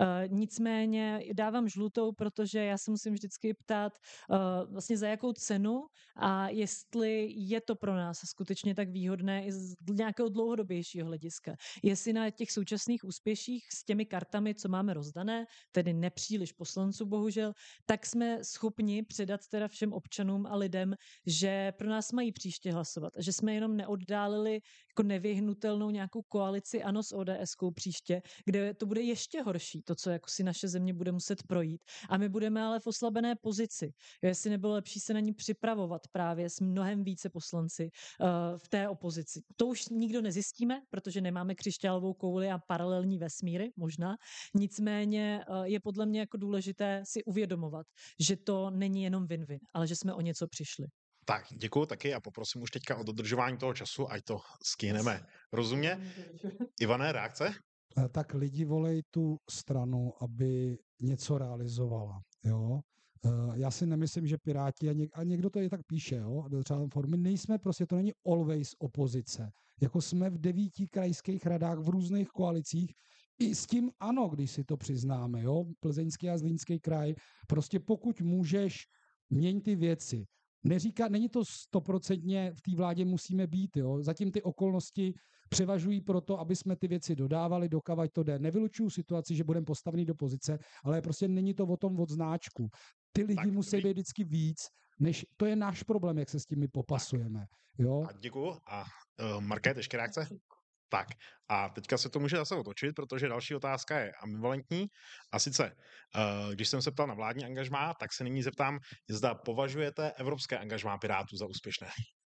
Nicméně dávám žlutou, protože já se musím vždycky ptát vlastně za jakou cenu a jestli je to pro nás skutečně tak výhodné i z nějakého dlouhodobějšího hlediska. Jestli na těch současných úspěších s těmi kartami, co máme rozdané, tedy nepříliš poslanců bohužel, tak jsme schopni předat teda všem občanům a lidem, že pro nás mají příště hlasovat a že jsme jenom neoddálili jako nevyhnutelnou nějakou koalici ANO s ODSkou příště, kde to bude ještě horší, to, co jako si naše země bude muset projít. A my budeme ale v oslabené pozici. Jestli nebylo lepší se na ní připravovat právě s mnohem více poslanci v té opozici. To už nikdo nezjistíme, protože nemáme křišťálovou kouli a paralelní vesmíry, možná. Nicméně je podle mě jako důležité si uvědomovat, že to není jenom win-win, ale že jsme o něco přišli. Tak, děkuju taky a poprosím už teďka o dodržování toho času, ať to stihneme. Rozumě? Ivane, reakce? Tak lidi volej tu stranu, aby něco realizovala, jo. Já si nemyslím, že Piráti, a někdo to i tak píše, jo, třeba formy, nejsme prostě, to není always opozice. Jako jsme v 9 krajských radách v různých koalicích, i s tím ano, když si to přiznáme, jo, Plzeňský a Zlínský kraj, prostě pokud můžeš, měň ty věci. Není to 100% v té vládě musíme být, jo, zatím ty okolnosti převažují proto, aby jsme ty věci dodávali, dokavať to jde. Nevylučuju situaci, že budeme postavení do pozice, ale prostě není to o tom od znáčku. Ty lidi musí být vždycky víc, než to je náš problém, jak se s tím my popasujeme. Jo? A děkuju. A Markéta, ještě reakce? Tak a teďka se to může zase otočit, protože další otázka je ambivalentní. A sice, když jsem se ptal na vládní angažmá, tak se nyní zeptám, zda považujete evropské angažmá Pirátů za úspěšné.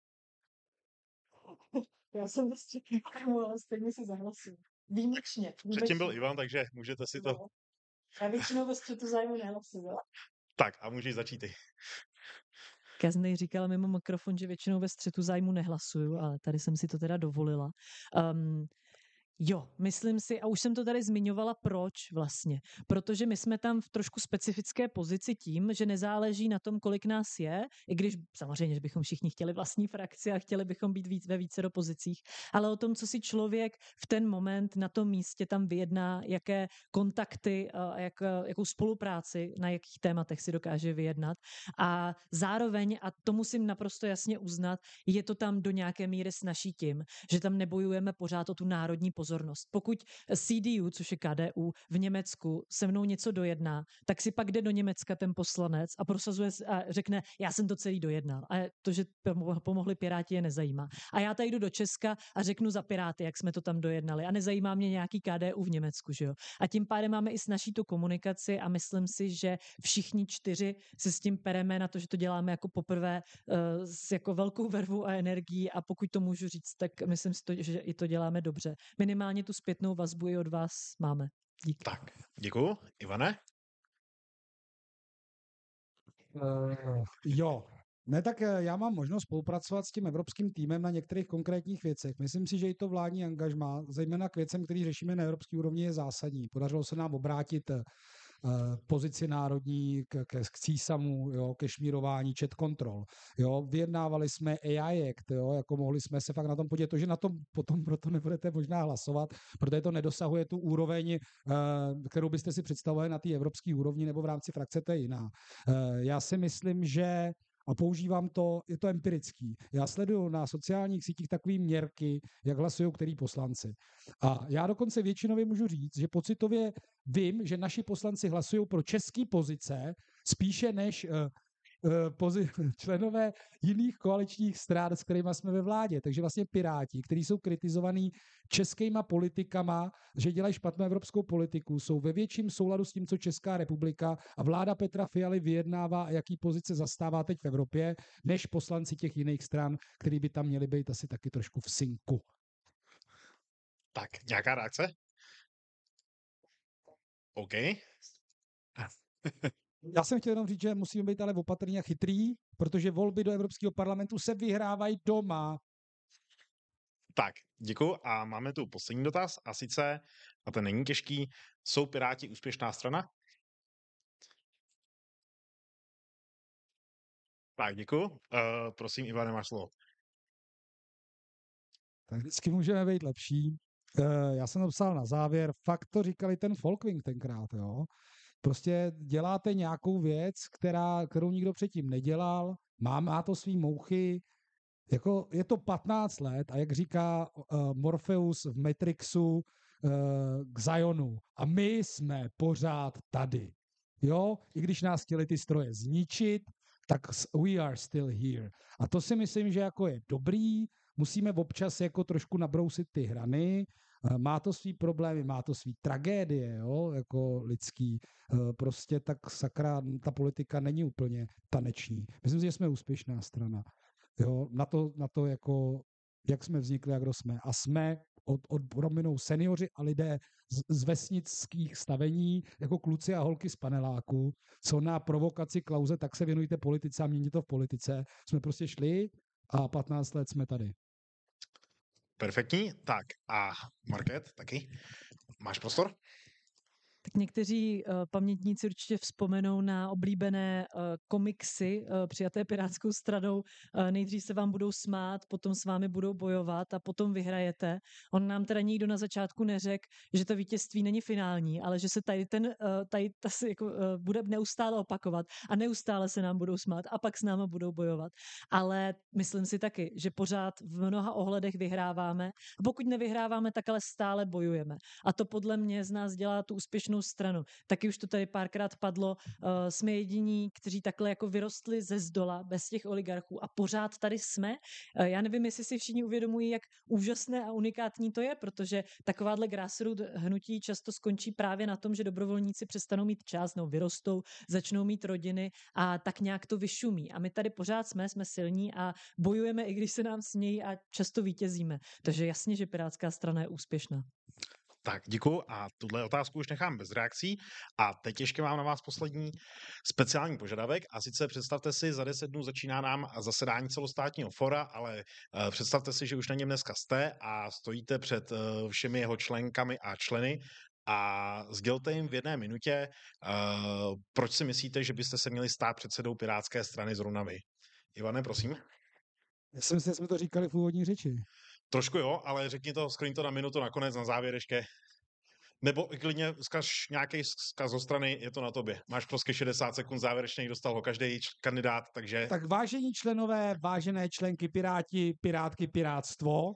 Já jsem ve střetu, ale stejně si zahlasuju. Výjimečně. Předtím byl Ivan, takže můžete si to... No. Já většinou ve střetu zájmu nehlasuju. Tak a můžeš začít ty. Já jsem tady říkala mimo mikrofon, že většinou ve střetu zájmu nehlasuju, ale tady jsem si to teda dovolila. Jo, myslím si, a už jsem to tady zmiňovala, proč vlastně. Protože my jsme tam v trošku specifické pozici tím, že nezáleží na tom, kolik nás je, i když samozřejmě, že bychom všichni chtěli vlastní frakci a chtěli bychom být ve více pozicích, ale o tom, co si člověk v ten moment na tom místě tam vyjedná, jaké kontakty a jakou spolupráci, na jakých tématech si dokáže vyjednat. A zároveň, a to musím naprosto jasně uznat, je to tam do nějaké míry snazší tím, že tam nebojujeme pořád o tu národní pozornost. Pokud CDU, což je KDU, v Německu se mnou něco dojedná, tak si pak jde do Německa ten poslanec a prosazuje a řekne, já jsem to celý dojednal. A to, že pomohli Piráti, je nezajímá. A já tady jdu do Česka a řeknu za Piráty, jak jsme to tam dojednali. A nezajímá mě nějaký KDU v Německu, že jo. A tím pádem máme i snažší tu komunikaci a myslím si, že všichni 4 se s tím pereme na to, že to děláme jako poprvé s jako velkou vervou a energií a pokud to můžu říct, tak myslím si, že i to děláme dobře. Minimálně tu zpětnou vazbu i od vás máme. Díky. Tak, děkuju. Ivane? Jo. Ne, tak já mám možnost spolupracovat s tím evropským týmem na některých konkrétních věcech. Myslím si, že i to vládní angažmá, zejména k věcem, který řešíme na evropské úrovni, je zásadní. Podařilo se nám obrátit pozici národní k CSAMu, jo, ke šmírování, chat control. Jo, vyjednávali jsme AI Act, jo, jako mohli jsme se fakt na tom podívat. To, že na tom potom proto nebudete možná hlasovat, protože to nedosahuje tu úroveň, kterou byste si představovali na té evropské úrovni nebo v rámci frakce, to je jiná. Já si myslím, že a používám to, je to empirický. Já sleduju na sociálních sítích takové měrky, jak hlasují který poslanci. A já dokonce většinově můžu říct, že pocitově vím, že naši poslanci hlasují pro české pozice spíše než členové jiných koaličních stran, s kterými jsme ve vládě. Takže vlastně Piráti, kteří jsou kritizovaní českýma politikama, že dělají špatnou evropskou politiku, jsou ve větším souladu s tím, co Česká republika a vláda Petra Fialy vyjednává a jaký pozice zastává teď v Evropě, než poslanci těch jiných stran, který by tam měli být asi taky trošku v synku. Tak, nějaká reakce? OK. Já jsem chtěl jenom říct, že musíme být ale opatrní a chytrý, protože volby do Evropského parlamentu se vyhrávají doma. Tak, děkuji. A máme tu poslední dotaz, a sice, a ten není těžký, jsou Piráti úspěšná strana? Tak, děkuji. Prosím, Ivane, máš slovo. Tak vždycky můžeme být lepší. Já jsem to psal na závěr, fakt to říkali ten Folkwing tenkrát, jo. Prostě děláte nějakou věc, kterou nikdo předtím nedělal, má to svý mouchy, jako je to 15 let a jak říká Morpheus v Matrixu k Zionu a my jsme pořád tady. Jo, i když nás chtěli ty stroje zničit, tak we are still here. A to si myslím, že jako je dobrý, musíme občas jako trošku nabrousit ty hrany, má to svý problémy, má to svý tragédie, jo, jako lidský. Prostě tak sakra, ta politika není úplně taneční. Myslím si, že jsme úspěšná strana. Jo, na to jako, jak jsme vznikli a kdo jsme. A jsme od prominou seniori a lidé z vesnických stavení, jako kluci a holky z paneláku, co na provokaci Klause, tak se věnujte politice a mění to v politice. Jsme prostě šli a 15 let jsme tady. Perfektní. Tak a Market taky. Máš prostor? Tak někteří pamětníci určitě vzpomenou na oblíbené komiksy přijaté Pirátskou stranou. Nejdřív se vám budou smát, potom s vámi budou bojovat a potom vyhrajete. On nám teda nikdo na začátku neřekl, že to vítězství není finální, ale že se bude neustále opakovat a neustále se nám budou smát a pak s námi budou bojovat. Ale myslím si taky, že pořád v mnoha ohledech vyhráváme a pokud nevyhráváme, tak ale stále bojujeme. A to podle mě z nás dělá tu úspěšnou úspěšnou stranu. Taky už to tady párkrát padlo, jsme jediní, kteří takhle jako vyrostli ze zdola, bez těch oligarchů a pořád tady jsme. Já nevím, jestli si všichni uvědomují, jak úžasné a unikátní to je, protože takováhle grassroot hnutí často skončí právě na tom, že dobrovolníci přestanou mít čas, nebo vyrostou, začnou mít rodiny a tak nějak to vyšumí. A my tady pořád jsme silní a bojujeme, i když se nám smějí a často vítězíme. Takže jasně, že Pirátská strana je úspěšná. Tak, děkuju a tuhle otázku už nechám bez reakcí. A teď ještě mám na vás poslední speciální požadavek a sice představte si, za 10 dnů začíná nám zasedání celostátního fora, ale představte si, že už na něm dneska jste a stojíte před všemi jeho členkami a členy a sdělte jim v 1 minutě, proč si myslíte, že byste se měli stát předsedou Pirátské strany zrovna vy. Ivane, prosím. Já si myslím, že jsme to říkali v úvodní řeči. Trošku jo, ale řekni to, skrň to na minutu nakonec, na závěr ještě. Nebo klidně vzkaz nějaký vzkaz zo strany, je to na tobě. Máš prostě 60 sekund závěrečných, dostal ho každý kandidát, takže... Tak vážení členové, vážené členky Piráti, Pirátky, Pirátstvo,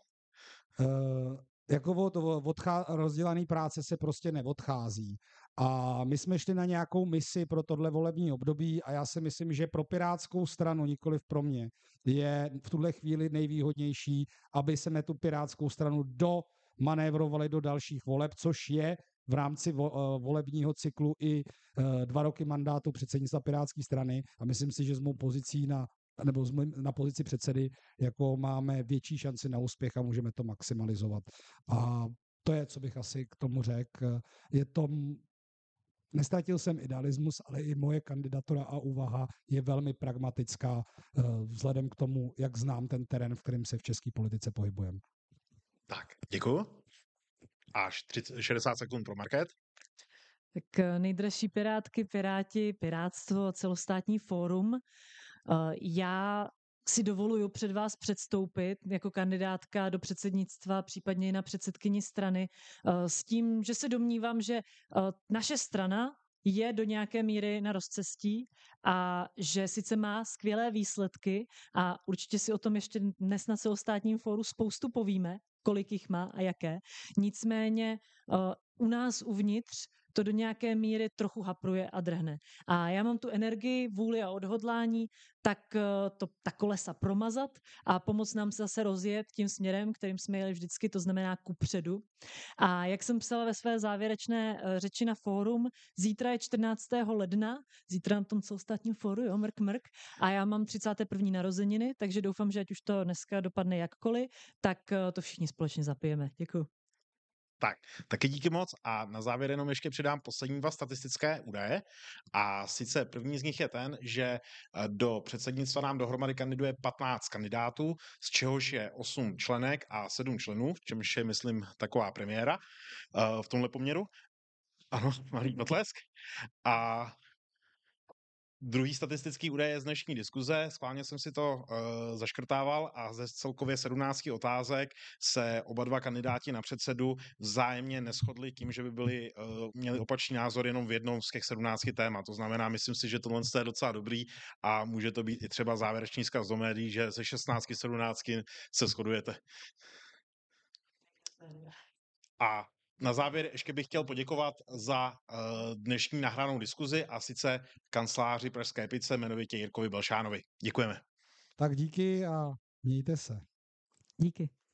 jako od rozdělaný práce se prostě neodchází. A my jsme šli na nějakou misi pro tohle volební období a já si myslím, že pro Pirátskou stranu, nikoliv pro mě, je v tuhle chvíli nejvýhodnější, aby se tu Pirátskou stranu manévrovali do dalších voleb, což je v rámci volebního cyklu i 2 roky mandátu předsednictva Pirátské strany a myslím si, že s mou pozicí na pozici předsedy jako máme větší šanci na úspěch a můžeme to maximalizovat. A to je, co bych asi k tomu řekl. Nestratil jsem idealismus, ale i moje kandidatura a úvaha je velmi pragmatická vzhledem k tomu, jak znám ten terén, v kterém se v české politice pohybujeme. Tak, děkuju. Až 60 sekund pro Market. Tak nejdražší Pirátky, Piráti, Pirátstvo, celostátní fórum. Já si dovoluju před vás předstoupit jako kandidátka do předsednictva, případně i na předsedkyni strany, s tím, že se domnívám, že naše strana je do nějaké míry na rozcestí a že sice má skvělé výsledky a určitě si o tom ještě dnes na celostátním fóru spoustu povíme, kolik jich má a jaké. Nicméně u nás uvnitř to do nějaké míry trochu hapruje a drhne. A já mám tu energii, vůli a odhodlání, tak ta kolesa promazat a pomoct nám se zase rozjet tím směrem, kterým jsme jeli vždycky, to znamená kupředu. A jak jsem psala ve své závěrečné řeči na fórum, zítra je 14. ledna, zítra na tom celostátním fóru, jo, mrk, a já mám 31. narozeniny, takže doufám, že ať už to dneska dopadne jakkoliv, tak to všichni společně zapijeme. Děkuju. Tak, taky díky moc a na závěr jenom ještě přidám poslední 2 statistické údaje a sice první z nich je ten, že do předsednictva nám dohromady kandiduje 15 kandidátů, z čehož je 8 členek a 7 členů, v čemž je, myslím, taková premiéra v tomhle poměru. Ano, malý potlesk. A druhý statistický údaj je z dnešní diskuze. Schválně jsem si to zaškrtával a ze celkově 17 otázek se oba 2 kandidáti na předsedu vzájemně neshodli tím, že by měli opačný názor jenom v jednom z těch 17 témat. To znamená, myslím si, že tohle je docela dobrý a může to být i třeba závěrečný vzkaz do médií, že ze 16-17 se shodujete. A na závěr ještě bych chtěl poděkovat za dnešní nahranou diskuzi a sice kanceláři Pražské pice, jmenovitě Jirkovi Belšánovi. Děkujeme. Tak díky a mějte se. Díky.